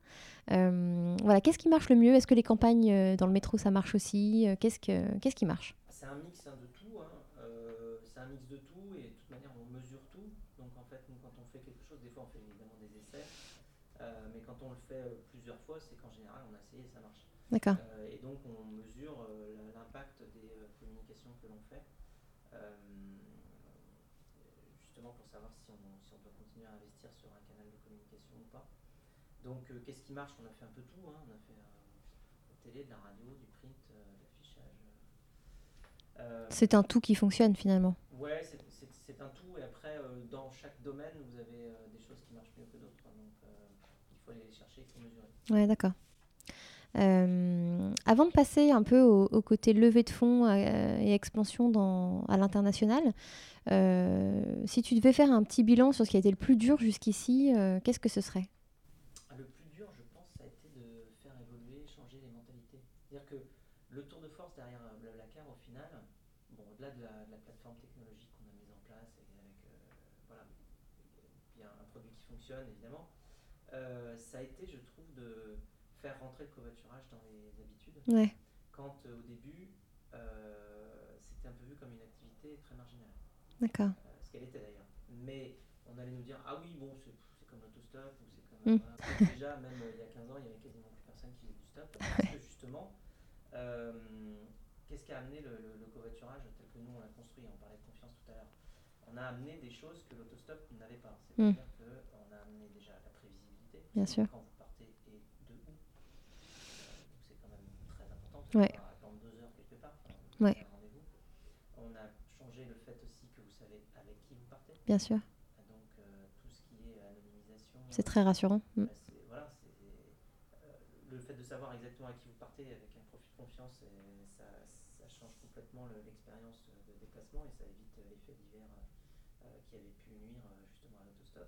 Speaker 1: Euh, voilà, qu'est-ce qui marche le mieux ? Est-ce que les campagnes euh, dans le métro, ça marche aussi ? euh, qu'est-ce, que, qu'est-ce qui marche ?
Speaker 2: C'est un mix hein, de tout. Hein. Euh, c'est un mix de tout et de toute manière, on mesure tout. Donc, en fait, nous, quand on fait quelque chose, des fois, on fait évidemment des essais. Euh, mais quand on le fait euh, plusieurs fois, c'est qu'en général, on a essayé et ça marche.
Speaker 1: D'accord.
Speaker 2: Euh, et donc, on mesure euh, l'impact des euh, communications que l'on fait, euh, justement pour savoir si on, si on doit continuer à investir sur un canal de communication ou pas. Donc, euh, qu'est-ce qui marche ? On a fait un peu tout. Hein. On a fait euh, de la télé, de la radio, du print, euh, de l'affichage. Euh,
Speaker 1: c'est un tout qui fonctionne finalement.
Speaker 2: Ouais, c'est, c'est, c'est un tout. Et après, euh, dans chaque domaine, vous avez euh, des choses qui marchent mieux que d'autres. Donc, euh, il faut aller les chercher, il faut mesurer.
Speaker 1: Ouais, d'accord. Euh, avant de passer un peu au, au côté levée de fonds euh, et expansion dans, à l'international, euh, si tu devais faire un petit bilan sur ce qui a été le plus dur jusqu'ici, euh, qu'est-ce que ce serait ?
Speaker 2: Le plus dur, je pense, ça a été de faire évoluer, changer les mentalités. C'est-à-dire que le tour de force derrière Blablacar, au final, bon, au-delà de la, de la plateforme technologique qu'on a mise en place, et avec euh, voilà, il y a un produit qui fonctionne, évidemment, euh, ça a été, je trouve, de faire rentrer le covoiturage dans les habitudes.
Speaker 1: Ouais.
Speaker 2: Quand euh, au début, euh, c'était un peu vu comme une activité très marginale.
Speaker 1: D'accord.
Speaker 2: Euh, ce qu'elle était d'ailleurs. Mais on allait nous dire, ah oui, bon, c'est, c'est comme l'autostop, ou c'est comme...
Speaker 1: Mm.
Speaker 2: Voilà. Déjà, même euh, il y a quinze ans, il y avait quasiment plus personne qui faisait du stop. Parce que justement, euh, qu'est-ce qui a amené le, le, le covoiturage tel que nous on l'a construit ? On parlait de confiance tout à l'heure. On a amené des choses que l'autostop n'avait pas. C'est-à-dire mm. qu'on a amené déjà la prévisibilité.
Speaker 1: Bien sûr.
Speaker 2: Quand vous partez et de où. Euh, donc c'est quand même très important.
Speaker 1: Ouais.
Speaker 2: Pas attendre deux heures quelque part. Enfin,
Speaker 1: ouais.
Speaker 2: Un rendez-vous. On a changé le fait aussi que vous savez avec qui vous partez.
Speaker 1: Bien sûr.
Speaker 2: Donc euh, tout ce qui est anonymisation.
Speaker 1: C'est très rassurant.
Speaker 2: Euh, c'est, voilà, c'est, euh, le fait de savoir exactement à qui vous partez avec un profil de confiance, et ça, ça change complètement le, l'expérience de déplacement et ça évite l'effet divers euh, qui avait pu nuire justement à l'autostop.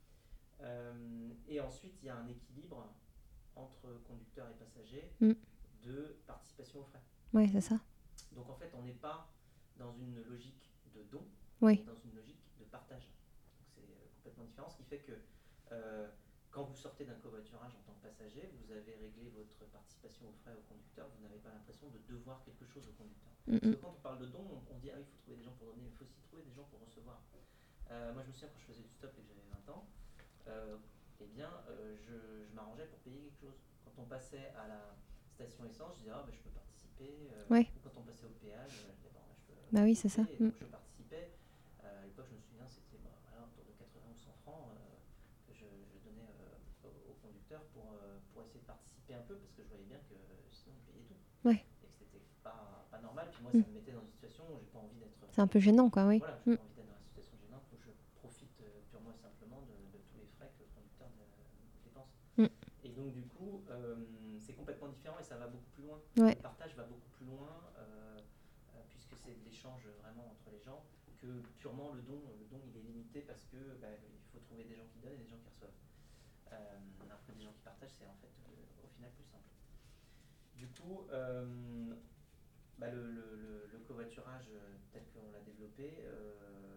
Speaker 2: Euh, et ensuite, il y a un équilibre entre conducteurs et passagers mm. de participation aux frais.
Speaker 1: Oui, c'est ça.
Speaker 2: Donc en fait, on n'est pas dans une logique de don,
Speaker 1: oui.
Speaker 2: mais dans une logique de partage. Donc c'est complètement différent, ce qui fait que Euh, quand vous sortez d'un covoiturage en tant que passager, vous avez réglé votre participation aux frais au conducteur, vous n'avez pas l'impression de devoir quelque chose au conducteur.
Speaker 1: Mm,
Speaker 2: Parce
Speaker 1: mm.
Speaker 2: que quand on parle de dons, on, on dit ah oui, il faut trouver des gens pour donner, mais il faut aussi trouver des gens pour recevoir. Euh, moi je me souviens quand je faisais du stop et que j'avais vingt ans, euh, eh bien euh, je, je m'arrangeais pour payer quelque chose. Quand on passait à la station essence, je disais ah ben, je peux participer, euh,
Speaker 1: Ouais.
Speaker 2: ou quand on passait au péage, je disais bon, ben, je peux
Speaker 1: Bah oui, c'est ça.
Speaker 2: participer, et
Speaker 1: Mm.
Speaker 2: donc je participais. Euh, à l'époque je me souviens c'était bah, voilà, autour de quatre-vingts ou cent francs euh, que je, je donnais euh, au, au conducteur pour, euh, pour essayer de participer un peu parce que je voyais bien que sinon je payais tout
Speaker 1: Ouais.
Speaker 2: et que c'était pas, pas normal. Puis moi
Speaker 1: Mm.
Speaker 2: ça me mettait dans une situation où j'ai pas envie d'être
Speaker 1: C'est un peu gênant, quoi, oui.
Speaker 2: voilà, j'ai
Speaker 1: Mm.
Speaker 2: pas envie d'être dans une situation gênante où je profite euh, purement et simplement de, de tous les frais que le conducteur de- dépense.
Speaker 1: Mm.
Speaker 2: Et donc du coup, euh, c'est complètement différent et ça va beaucoup plus loin.
Speaker 1: Ouais.
Speaker 2: Le partage va beaucoup plus loin euh, euh, puisque c'est de l'échange vraiment entre les gens que purement le don. Le don il est limité parce que bah, il faut trouver des gens qui donnent et des gens qui reçoivent. Euh, alors que des gens qui partagent, c'est en fait euh, au final plus simple. Du coup, euh, bah, le, le, le, le covoiturage euh, tel qu'on l'a développé euh,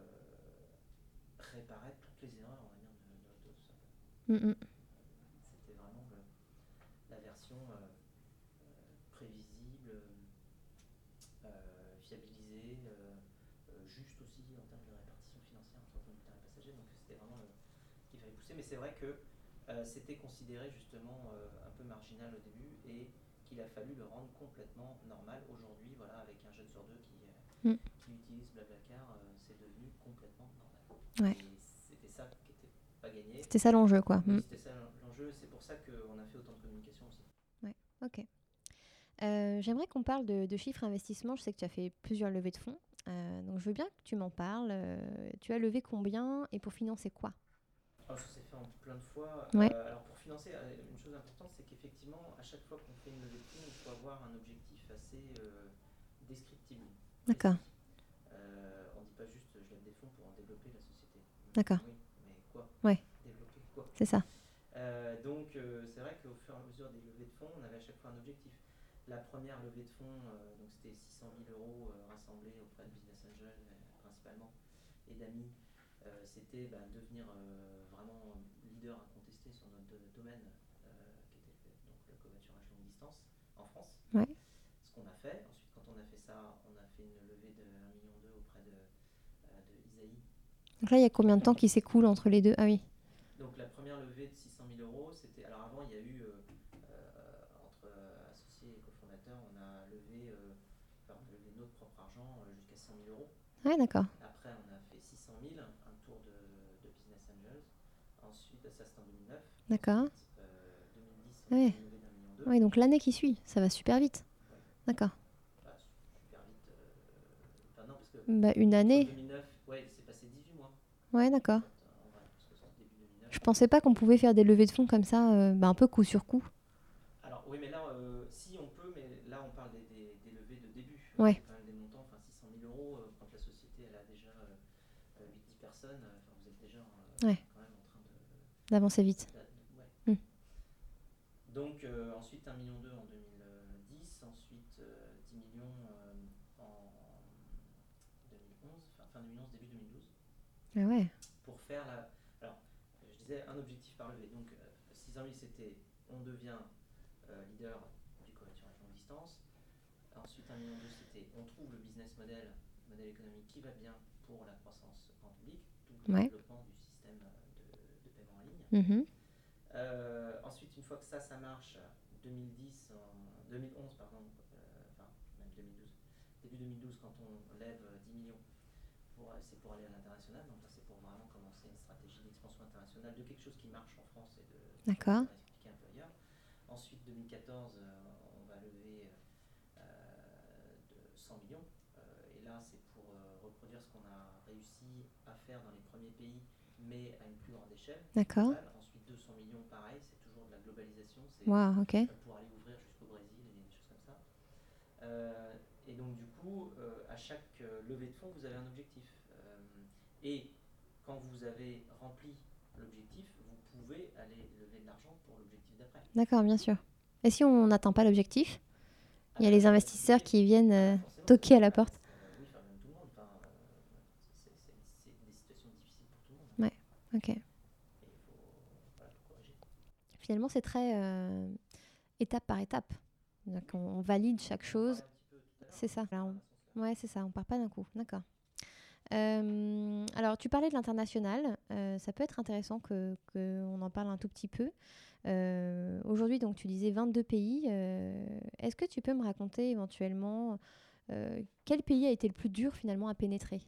Speaker 2: réparait toutes les erreurs, on va dire, de, de l'auto.
Speaker 1: Mm, mm.
Speaker 2: C'était vraiment le, la version euh, euh, prévisible, euh, fiabilisée, euh, euh, juste aussi en termes de répartition financière entre conducteurs et passagers. Donc c'était vraiment le, ce qu'il fallait pousser. Mais c'est vrai que euh, c'était considéré justement euh, un peu marginal au début et qu'il a fallu le rendre complètement normal. Aujourd'hui, voilà, avec un jeune sur deux qui, euh,
Speaker 1: Mm.
Speaker 2: qui utilise Blablacar, euh, c'est devenu complètement normal.
Speaker 1: Ouais.
Speaker 2: Et c'était ça qui n'était pas gagné.
Speaker 1: C'était ça l'enjeu, quoi.
Speaker 2: Oui,
Speaker 1: Mm.
Speaker 2: c'était ça l'enjeu. C'est pour ça qu'on a fait autant de communication aussi.
Speaker 1: Ouais, ok. Euh, j'aimerais qu'on parle de, de chiffres investissement. Je sais que tu as fait plusieurs levées de fonds. Euh, donc je veux bien que tu m'en parles. Euh, tu as levé combien et pour financer quoi?
Speaker 2: Alors, ça s'est fait en plein de fois.
Speaker 1: Ouais.
Speaker 2: Euh, alors pour financer, euh, une chose importante, c'est qu'effectivement, à chaque fois qu'on fait une levée de fonds, il faut avoir un objectif assez euh, descriptible.
Speaker 1: D'accord.
Speaker 2: Euh, on ne dit pas juste je lève des fonds pour en développer la société.
Speaker 1: D'accord.
Speaker 2: Oui, mais quoi?
Speaker 1: Ouais.
Speaker 2: Développer quoi?
Speaker 1: C'est ça.
Speaker 2: Euh, donc euh, c'est vrai qu'au fur et à mesure des levées de fonds, on avait à chaque fois un objectif. La première levée de fonds, euh, donc c'était six cent mille euros euh, rassemblés auprès de Business Angel euh, principalement et d'amis. Euh, c'était bah, devenir euh, vraiment leader incontesté sur notre do- domaine, euh, qui était donc le covoiturage longue distance en France.
Speaker 1: Ouais.
Speaker 2: Ce qu'on a fait. Ensuite, quand on a fait ça, on a fait une levée de un million deux auprès de, euh, de Isaïe.
Speaker 1: Donc là, il y a combien de temps qui s'écoule entre les deux? Ah oui.
Speaker 2: Donc la première levée de six cent mille euros, c'était. Alors avant, il y a eu, euh, euh, entre euh, associés et cofondateurs, on a levé, euh, enfin, on a levé notre propre argent euh, jusqu'à cent mille euros.
Speaker 1: Ouais, d'accord.
Speaker 2: Après, on a fait six cent mille, un tour de, de Business Angels. Ensuite, ça c'était en deux mille neuf.
Speaker 1: D'accord.
Speaker 2: Ensuite, euh, deux mille dix, on a
Speaker 1: Ouais.
Speaker 2: fait une levée d'un million deux.
Speaker 1: Ouais, donc l'année qui suit, ça va super vite.
Speaker 2: Ouais.
Speaker 1: D'accord.
Speaker 2: Bah, super vite. euh, Enfin non, parce que
Speaker 1: Bah, une
Speaker 2: entre
Speaker 1: année.
Speaker 2: deux mille neuf, ouais, c'est passé dix-huit mois.
Speaker 1: Ouais, d'accord.
Speaker 2: En fait, en vrai, parce que c'est début deux mille neuf.
Speaker 1: Je pensais pas qu'on pouvait faire des levées de fonds comme ça, euh, bah, un peu coup sur coup.
Speaker 2: Alors oui, mais là, euh, si on peut, mais là on parle des, des, des levées de début.
Speaker 1: Ouais.
Speaker 2: C'est quand même des montants, enfin six cent mille euros, euh, quand la société elle a déjà euh, huit dix personnes, euh, enfin, vous êtes déjà euh,
Speaker 1: Ouais.
Speaker 2: quand même en train de...
Speaker 1: D'avancer vite.
Speaker 2: d'a- de- ouais.
Speaker 1: Mm.
Speaker 2: Donc euh, ensuite un million deux en deux mille dix, ensuite euh, dix millions euh, en deux mille onze, fin, fin deux mille onze, début deux mille douze.
Speaker 1: Ah ouais.
Speaker 2: Pour faire la... Alors, je disais un objectif par levée. Donc euh, six cent mille c'était on devient euh, leader du covoiturage longue distance. Ensuite un million deux c'était on trouve le business model, modèle économique qui va bien pour la croissance en public, tout le
Speaker 1: Ouais.
Speaker 2: développement du système de, de paiement en ligne.
Speaker 1: Mhm.
Speaker 2: Euh, ensuite, une fois que ça, ça marche, deux mille dix, en deux mille onze, pardon, euh, enfin même deux mille douze, début deux mille douze, quand on lève dix millions, pour, c'est pour aller à l'international. Donc là, c'est pour vraiment commencer une stratégie d'expansion internationale de quelque chose qui marche en France et de
Speaker 1: D'accord.
Speaker 2: expliquer un peu ailleurs. Ensuite, deux mille quatorze, euh, on va lever euh, de cent millions. Euh, et là, c'est pour euh, reproduire ce qu'on a réussi à faire dans les premiers pays, mais à une plus grande échelle.
Speaker 1: D'accord.
Speaker 2: globale. Ensuite, deux cents millions, pareil, c'est toujours de la globalisation. C'est
Speaker 1: Waouh, ok.
Speaker 2: euh, pour aller ouvrir jusqu'au Brésil et des choses comme ça. Euh, et donc, du coup, euh, à chaque euh, levée de fonds, vous avez un objectif. Euh, et quand vous avez rempli l'objectif, vous pouvez aller lever de l'argent pour l'objectif d'après.
Speaker 1: D'accord, bien sûr. Et si on n'atteint pas l'objectif, il y a
Speaker 2: Ah,
Speaker 1: les
Speaker 2: bah,
Speaker 1: investisseurs
Speaker 2: compliqué.
Speaker 1: qui viennent euh,
Speaker 2: Ah, forcément,
Speaker 1: toquer à la
Speaker 2: ah,
Speaker 1: porte.
Speaker 2: euh, oui, enfin, même tout le monde. Enfin, euh, c'est, c'est- c'est des situations difficiles pour tout le monde.
Speaker 1: Ouais, ok.
Speaker 2: Et il faut,
Speaker 1: finalement, c'est très euh, étape par étape. Donc, on, on valide chaque chose. C'est ça. Là, on... Ouais, c'est ça. On part pas d'un coup. D'accord. Euh, alors, tu parlais de l'international. Euh, ça peut être intéressant que, que on en parle un tout petit peu. Euh, aujourd'hui, donc, tu disais vingt-deux pays. Euh, est-ce que tu peux me raconter éventuellement euh, quel pays a été le plus dur finalement à pénétrer?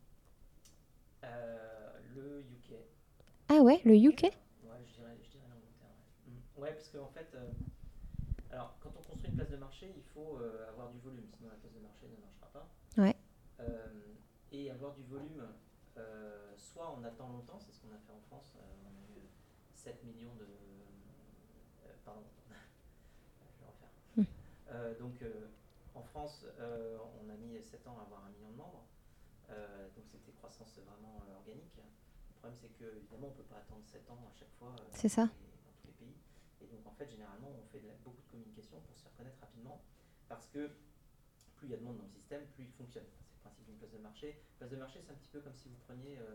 Speaker 2: Euh, le U K.
Speaker 1: Ah ouais, le U K?
Speaker 2: Ouais, je dirais, je dirais l'Angleterre. Ouais, mm. Ouais, parce qu'en fait, euh, alors quand on construit une place de marché, il faut euh, avoir du volume, sinon la place de marché ne marchera pas.
Speaker 1: Ouais.
Speaker 2: Euh, et avoir du volume, euh, soit on attend longtemps, c'est ce qu'on a fait en France, euh, on a eu sept millions de. Euh, pardon, je vais refaire.
Speaker 1: Mm.
Speaker 2: Euh, donc euh, en France, euh, on a mis sept ans à avoir un million de membres. Euh, donc c'était croissance vraiment euh, organique. Le problème c'est que évidemment on ne peut pas attendre sept ans à chaque fois euh,
Speaker 1: C'est
Speaker 2: dans,
Speaker 1: ça.
Speaker 2: tous les, dans tous les pays. Et donc en fait généralement on fait de la- beaucoup de communication pour se faire connaître rapidement parce que plus il y a de monde dans le système, plus il fonctionne. C'est le principe d'une place de marché. Place de marché c'est un petit peu comme si vous preniez euh,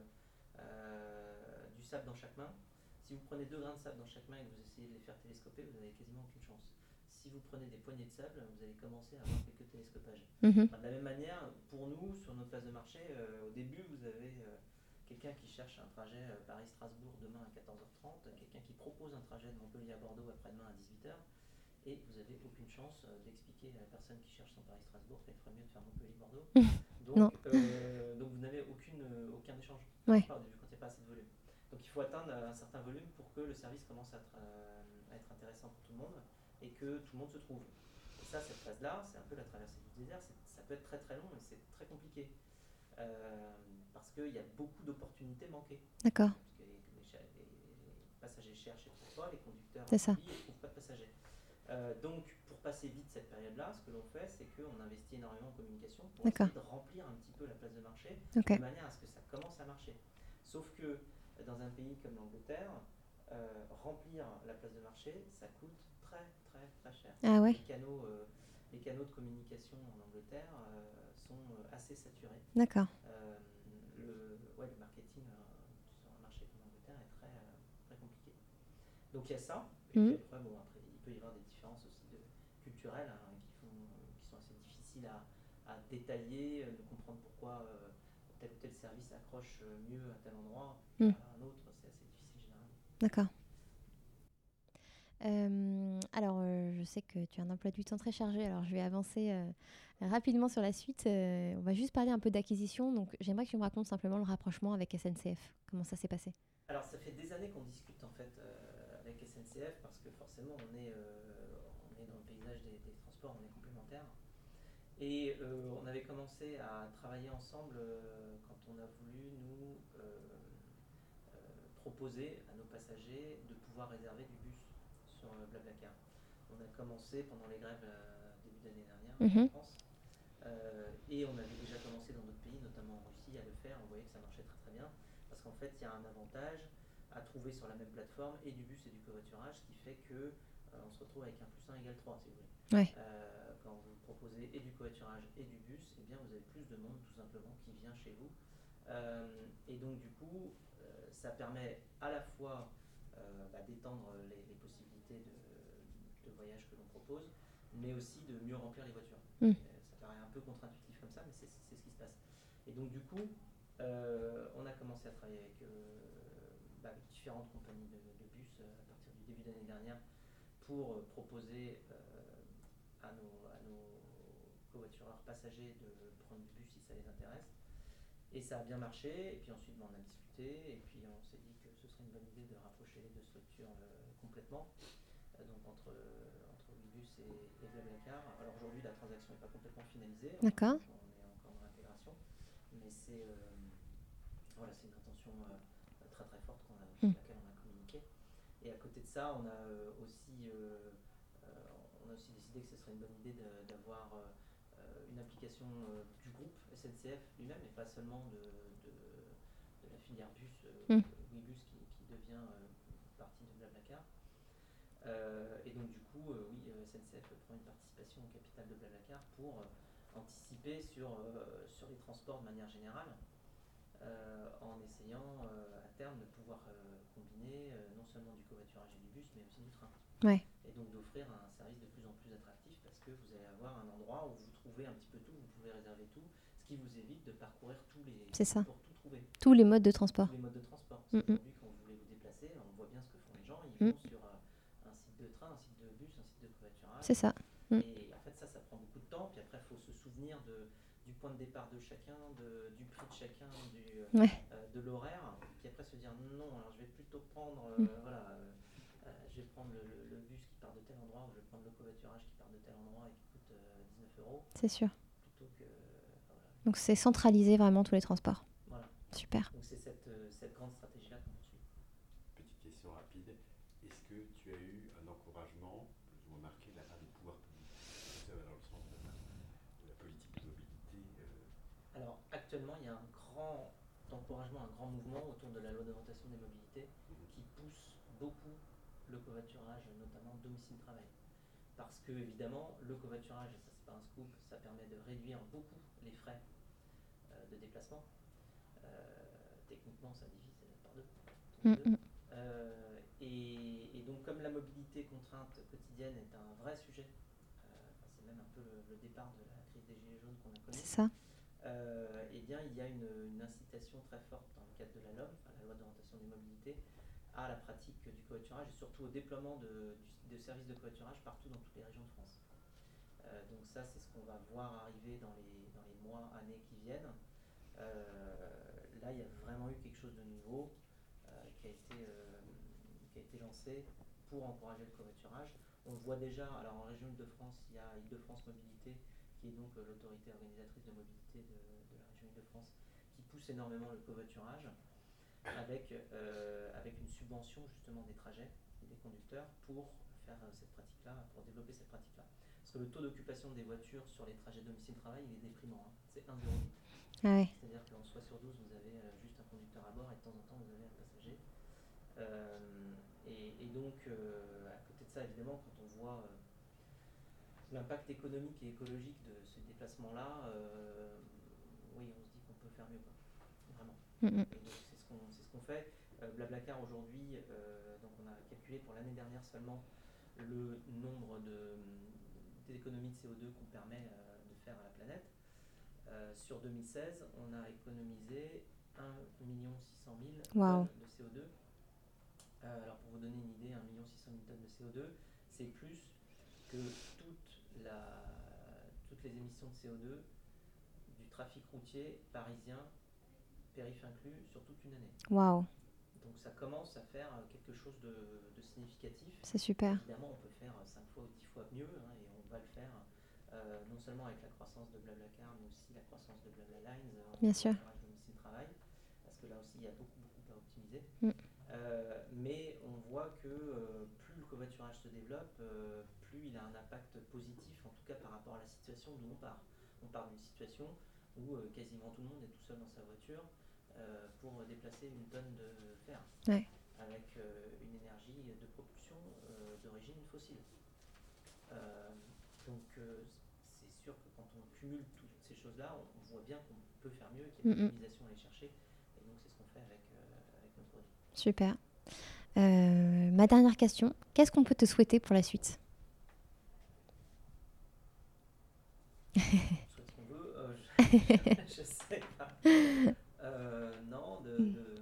Speaker 2: euh, du sable dans chaque main. Si vous prenez deux grains de sable dans chaque main et que vous essayez de les faire télescoper, vous n'avez quasiment aucune chance. Si vous prenez des poignées de sable, vous allez commencer à avoir quelques télescopages.
Speaker 1: Mhm.
Speaker 2: Enfin, de la même manière, pour nous, sur notre place de marché, euh, au début, vous avez euh, quelqu'un qui cherche un trajet euh, Paris-Strasbourg demain à quatorze heures trente, quelqu'un qui propose un trajet de Montpellier à Bordeaux après-demain à dix-huit heures, et vous n'avez aucune chance euh, d'expliquer à la personne qui cherche son Paris-Strasbourg qu'elle ferait mieux de faire Montpellier-Bordeaux.
Speaker 1: Non.
Speaker 2: Donc, euh, donc vous n'avez aucune, euh, aucun échange. Ça
Speaker 1: Ouais.
Speaker 2: marche pas au début quand il n'y a pas assez de volume. Donc il faut atteindre un certain volume pour que le service commence à être, euh, à être intéressant pour tout le monde et que tout le monde se trouve. Et ça, cette phase-là, c'est un peu la traversée du désert. Ça peut être très très long et c'est très compliqué. Euh, parce qu'il y a beaucoup d'opportunités manquées.
Speaker 1: D'accord.
Speaker 2: Parce que les, les, les passagers cherchent et ne trouvent pas, les conducteurs
Speaker 1: C'est ça.
Speaker 2: oublient et ne trouvent pas de passagers. Euh, donc, pour passer vite cette période-là, ce que l'on fait, c'est qu'on investit énormément en communication pour
Speaker 1: D'accord.
Speaker 2: essayer de remplir un petit peu la place de marché
Speaker 1: Ok.
Speaker 2: de manière à ce que ça commence à marcher. Sauf que dans un pays comme l'Angleterre, euh, remplir la place de marché, ça coûte très très très cher.
Speaker 1: Ah ouais.
Speaker 2: Les canaux, euh, les canaux de communication en Angleterre euh, sont assez saturés.
Speaker 1: D'accord.
Speaker 2: Euh, le, ouais, le marketing euh, sur un marché comme l'Angleterre est très, euh, très compliqué. Donc il y a ça. Et
Speaker 1: Mhm.
Speaker 2: puis après, bon, après, il peut y avoir des différences aussi de, culturelles hein, qui, font, qui sont assez difficiles à, à détailler, euh, de comprendre pourquoi euh, tel ou tel service accroche mieux à tel endroit qu'à
Speaker 1: Mhm.
Speaker 2: un autre. C'est assez difficile généralement.
Speaker 1: D'accord. Euh, alors, euh, je sais que tu as un emploi du temps très chargé, alors je vais avancer euh, rapidement sur la suite. Euh, on va juste parler un peu d'acquisition. Donc, j'aimerais que tu me racontes simplement le rapprochement avec S N C F. Comment ça s'est passé?
Speaker 2: Alors, ça fait des années qu'on discute en fait euh, avec S N C F parce que forcément, on est, euh, on est dans le paysage des, des transports, on est complémentaires. Et euh, on avait commencé à travailler ensemble euh, quand on a voulu nous euh, euh, proposer à nos passagers de pouvoir réserver du bus sur euh, Blablacar. On a commencé pendant les grèves euh, début d'année dernière en
Speaker 1: Mhm.
Speaker 2: France. Euh, et on avait déjà commencé dans d'autres pays, notamment en Russie, à le faire. On voyait que ça marchait très très bien. Parce qu'en fait, il y a un avantage à trouver sur la même plateforme et du bus et du covoiturage, ce qui fait que euh, on se retrouve avec un plus un égale trois, si vous voulez.
Speaker 1: Ouais.
Speaker 2: Euh, quand vous proposez et du covoiturage et du bus, eh bien vous avez plus de monde tout simplement qui vient chez vous. Euh, et donc du coup, euh, ça permet à la fois euh, bah, d'étendre les, les possibilités de, de voyage que l'on propose, mais aussi de mieux remplir les voitures.
Speaker 1: Mm.
Speaker 2: Euh, ça paraît un peu contre-intuitif comme ça, mais c'est ce qui se passe. Et donc du coup, euh, on a commencé à travailler avec euh, bah, différentes compagnies de, de bus euh, à partir du début d'année dernière pour euh, proposer euh, à, nos, à nos covoitureurs passagers de prendre du bus si ça les intéresse. Et ça a bien marché, et puis ensuite bah, on a discuté, et puis on s'est dit que ce serait une bonne idée de rapprocher les deux structures euh, complètement, euh, donc entre, euh, entre Ouibus et, et Blablacar. Alors aujourd'hui la transaction n'est pas complètement finalisée,
Speaker 1: D'accord.
Speaker 2: on, on est encore dans l'intégration, mais c'est euh, voilà, c'est une intention euh, très très forte qu'on a, sur
Speaker 1: Mm.
Speaker 2: laquelle on a communiqué. Et à côté de ça, on a euh, aussi, euh, euh, on a aussi décidé que ce serait une bonne idée d'avoir euh, une application euh, du groupe S N C F lui-même et pas seulement de, de, de la filière bus, euh,
Speaker 1: Mm.
Speaker 2: Ouibus qui, qui devient euh, partie de Blablacar. Euh, et donc du coup, euh, oui, euh, S N C F prend une participation au capital de Blablacar pour euh, anticiper sur, euh, sur les transports de manière générale. euh, en essayant euh, à terme de pouvoir euh, combiner euh, non seulement du covoiturage et du bus, mais aussi du train.
Speaker 1: Ouais.
Speaker 2: Et donc d'offrir un service de plus en plus attractif parce que vous allez avoir un endroit où vous trouvez un petit peu tout, vous pouvez réserver tout, ce qui vous évite de parcourir tous les
Speaker 1: C'est ça.
Speaker 2: pour tout trouver.
Speaker 1: Tous les modes de transport.
Speaker 2: Tous les modes de transport. Parce
Speaker 1: Mm, mm,
Speaker 2: qu'aujourd'hui, quand vous voulez vous déplacer, on voit bien ce que font les gens. Ils
Speaker 1: mm.
Speaker 2: vont sur euh, un site de train, un site de bus, un site de covoiturage.
Speaker 1: C'est ça. Mm.
Speaker 2: Et en fait, ça, ça prend beaucoup de temps. Puis après, il faut se souvenir de, du point de départ de chacun, de, du prix de chacun, du,
Speaker 1: Ouais.
Speaker 2: euh, de l'horaire. Puis après, se dire non, alors je vais plutôt prendre, euh,
Speaker 1: Mm.
Speaker 2: voilà, euh, euh, je vais prendre le, le- le bus qui part de tel endroit, ou je vais prendre le covoiturage qui part de tel endroit et qui coûte euh, dix-neuf euros,
Speaker 1: C'est sûr.
Speaker 2: plutôt que. euh, voilà.
Speaker 1: Donc c'est centraliser vraiment tous les transports.
Speaker 2: Voilà.
Speaker 1: Super.
Speaker 2: Donc c'est cette, euh, cette grande stratégie-là qu'on poursuit.
Speaker 3: Petite question rapide. Est-ce que tu as eu un encouragement plus ou moins marqué de la part des pouvoirs publics? Ça va dans le sens de la, de la politique de mobilité. euh,
Speaker 2: Alors actuellement, il y a un grand encouragement, un grand mouvement autour de la loi d'orientation des mobilités
Speaker 3: mhm.
Speaker 2: qui pousse beaucoup le covoiturage, notamment domicile-travail. Parce que évidemment, le covoiturage, et ça c'est pas un scoop, ça permet de réduire beaucoup les frais euh, de déplacement. Euh, techniquement, ça divise par deux.
Speaker 1: Mm,
Speaker 2: deux.
Speaker 1: mm.
Speaker 2: Euh, et, et donc, comme la mobilité contrainte quotidienne est un vrai sujet, euh, enfin, c'est même un peu le, le départ de la crise des Gilets jaunes qu'on a connue,
Speaker 1: C'est ça.
Speaker 2: euh, eh bien, il y a une, une incitation très forte dans le cadre de la L O M, enfin, la loi d'orientation des mobilités, à la pratique du covoiturage et surtout au déploiement de, du, de services de covoiturage partout dans toutes les régions de France. Euh, donc ça, c'est ce qu'on va voir arriver dans les, dans les mois, années qui viennent. Euh, là, il y a vraiment eu quelque chose de nouveau euh, qui, a été, euh, qui a été lancé pour encourager le covoiturage. On le voit déjà, alors en région Île-de-France, il y a Île-de-France Mobilité, qui est donc euh, l'autorité organisatrice de mobilité de, de la région Île-de-France, qui pousse énormément le covoiturage, avec, euh, avec une subvention justement des trajets et des conducteurs pour faire euh, cette pratique-là, pour développer cette pratique-là. Parce que le taux d'occupation des voitures sur les trajets domicile-travail, il est déprimant, hein. C'est un virgule huit.
Speaker 1: Ah ouais.
Speaker 2: C'est-à-dire qu'en soit sur douze, vous avez euh, juste un conducteur à bord et de temps en temps, vous avez un passager. Euh, et, et donc, euh, à côté de ça, évidemment, quand on voit euh, l'impact économique et écologique de ce déplacement-là, euh, oui, on se dit qu'on peut faire mieux, quoi. Vraiment.
Speaker 1: Mm, mm.
Speaker 2: Et donc, c'est ce qu'on c'est ce qu'on fait. Euh, Blablacar, aujourd'hui, euh, donc on a calculé pour l'année dernière seulement le nombre de, d'économies de C O deux qu'on permet euh, de faire à la planète. Euh, sur deux mille seize, on a économisé un million six cent mille
Speaker 1: Wow.
Speaker 2: tonnes de C O deux. Euh, alors pour vous donner une idée, un million six cent mille tonnes de C O deux, c'est plus que toute la, toutes les émissions de C O deux du trafic routier parisien, périph' inclus, sur toute une année.
Speaker 1: Waouh.
Speaker 2: Donc ça commence à faire quelque chose de, de significatif.
Speaker 1: C'est super.
Speaker 2: Évidemment, on peut faire cinq fois ou dix fois mieux, hein, et on va le faire euh, non seulement avec la croissance de Blablacar, mais aussi la croissance de Blablalines en
Speaker 1: Bien sûr.
Speaker 2: domicile-travail, parce que là aussi, il y a beaucoup, beaucoup à optimiser.
Speaker 1: Mm.
Speaker 2: Euh, mais on voit que euh, plus le covoiturage se développe, euh, plus il a un impact positif, en tout cas par rapport à la situation d'où on part. On part d'une situation où euh, quasiment tout le monde est tout seul dans sa voiture euh, pour déplacer une tonne de fer,
Speaker 1: Ouais.
Speaker 2: avec euh, une énergie de propulsion euh, d'origine fossile. Euh, donc euh, c'est sûr que quand on cumule toutes ces choses-là, on, on voit bien qu'on peut faire mieux, qu'il y a une
Speaker 1: Mm, mm.
Speaker 2: optimisation à aller chercher, et donc c'est ce qu'on fait avec, euh, avec nos produits.
Speaker 1: Super. Euh, ma dernière question, qu'est-ce qu'on peut te souhaiter pour la suite?
Speaker 2: On souhaite ce qu'on veut, euh, je, je sais pas. Euh, non, de, de, euh,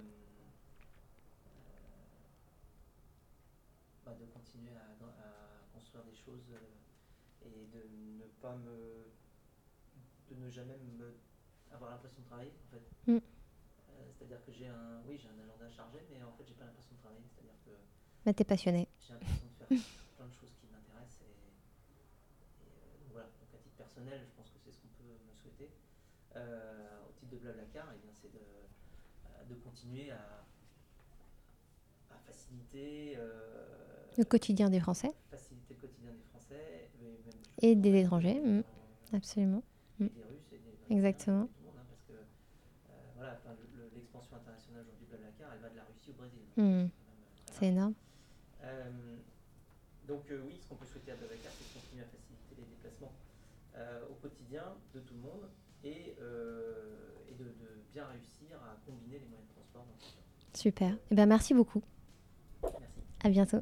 Speaker 2: bah, de continuer à, à construire des choses euh, et de ne pas me, de ne jamais me avoir l'impression de travailler en fait.
Speaker 1: Mm.
Speaker 2: Euh, c'est-à-dire que j'ai un, oui, j'ai un agenda chargé, mais en fait j'ai pas l'impression de travailler. C'est-à-dire que
Speaker 1: Bah, t'es passionné.
Speaker 2: j'ai l'impression de faire plein de choses qui m'intéressent et, et euh, donc voilà. Donc à titre personnel, je pense que c'est ce qu'on peut me souhaiter. Euh, au titre de Blablacar, eh bien c'est de, euh, de continuer à, à faciliter, euh,
Speaker 1: Le quotidien des Français
Speaker 2: faciliter le quotidien des Français, mais même plus
Speaker 1: et
Speaker 2: souvent,
Speaker 1: des
Speaker 2: hein,
Speaker 1: étrangers.
Speaker 2: des
Speaker 1: Mm.
Speaker 2: gens, euh,
Speaker 1: Absolument.
Speaker 2: et
Speaker 1: Mm.
Speaker 2: des Russes et des Brésiliens,
Speaker 1: Exactement.
Speaker 2: et tout le monde, hein, parce que euh, voilà, enfin, le- l'expansion internationale aujourd'hui de Blablacar, elle va de la Russie au Brésil. Donc,
Speaker 1: Mm.
Speaker 2: c'est quand même euh, très
Speaker 1: C'est
Speaker 2: large.
Speaker 1: énorme.
Speaker 2: Euh, donc euh, oui, ce qu'on peut souhaiter à Blablacar, c'est de continuer à faciliter les déplacements euh, au quotidien de tout le monde et, euh, et de, de bien réussir à combiner les moyens de transport dans le futur.
Speaker 1: Super. Eh ben, merci beaucoup.
Speaker 2: Merci.
Speaker 1: À bientôt.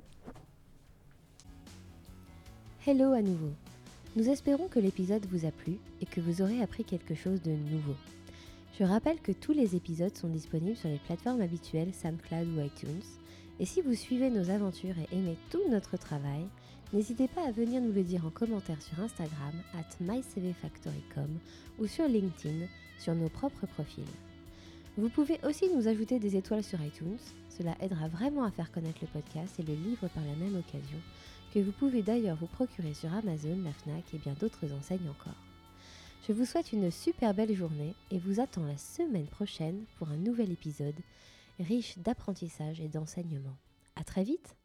Speaker 1: Hello à nouveau. Nous espérons que l'épisode vous a plu et que vous aurez appris quelque chose de nouveau. Je rappelle que tous les épisodes sont disponibles sur les plateformes habituelles SoundCloud ou iTunes. Et si vous suivez nos aventures et aimez tout notre travail, n'hésitez pas à venir nous le dire en commentaire sur Instagram at my c v factory point com ou sur LinkedIn sur nos propres profils. Vous pouvez aussi nous ajouter des étoiles sur iTunes, cela aidera vraiment à faire connaître le podcast et le livre par la même occasion, que vous pouvez d'ailleurs vous procurer sur Amazon, la Fnac et bien d'autres enseignes encore. Je vous souhaite une super belle journée et vous attends la semaine prochaine pour un nouvel épisode riche d'apprentissage et d'enseignement. À très vite!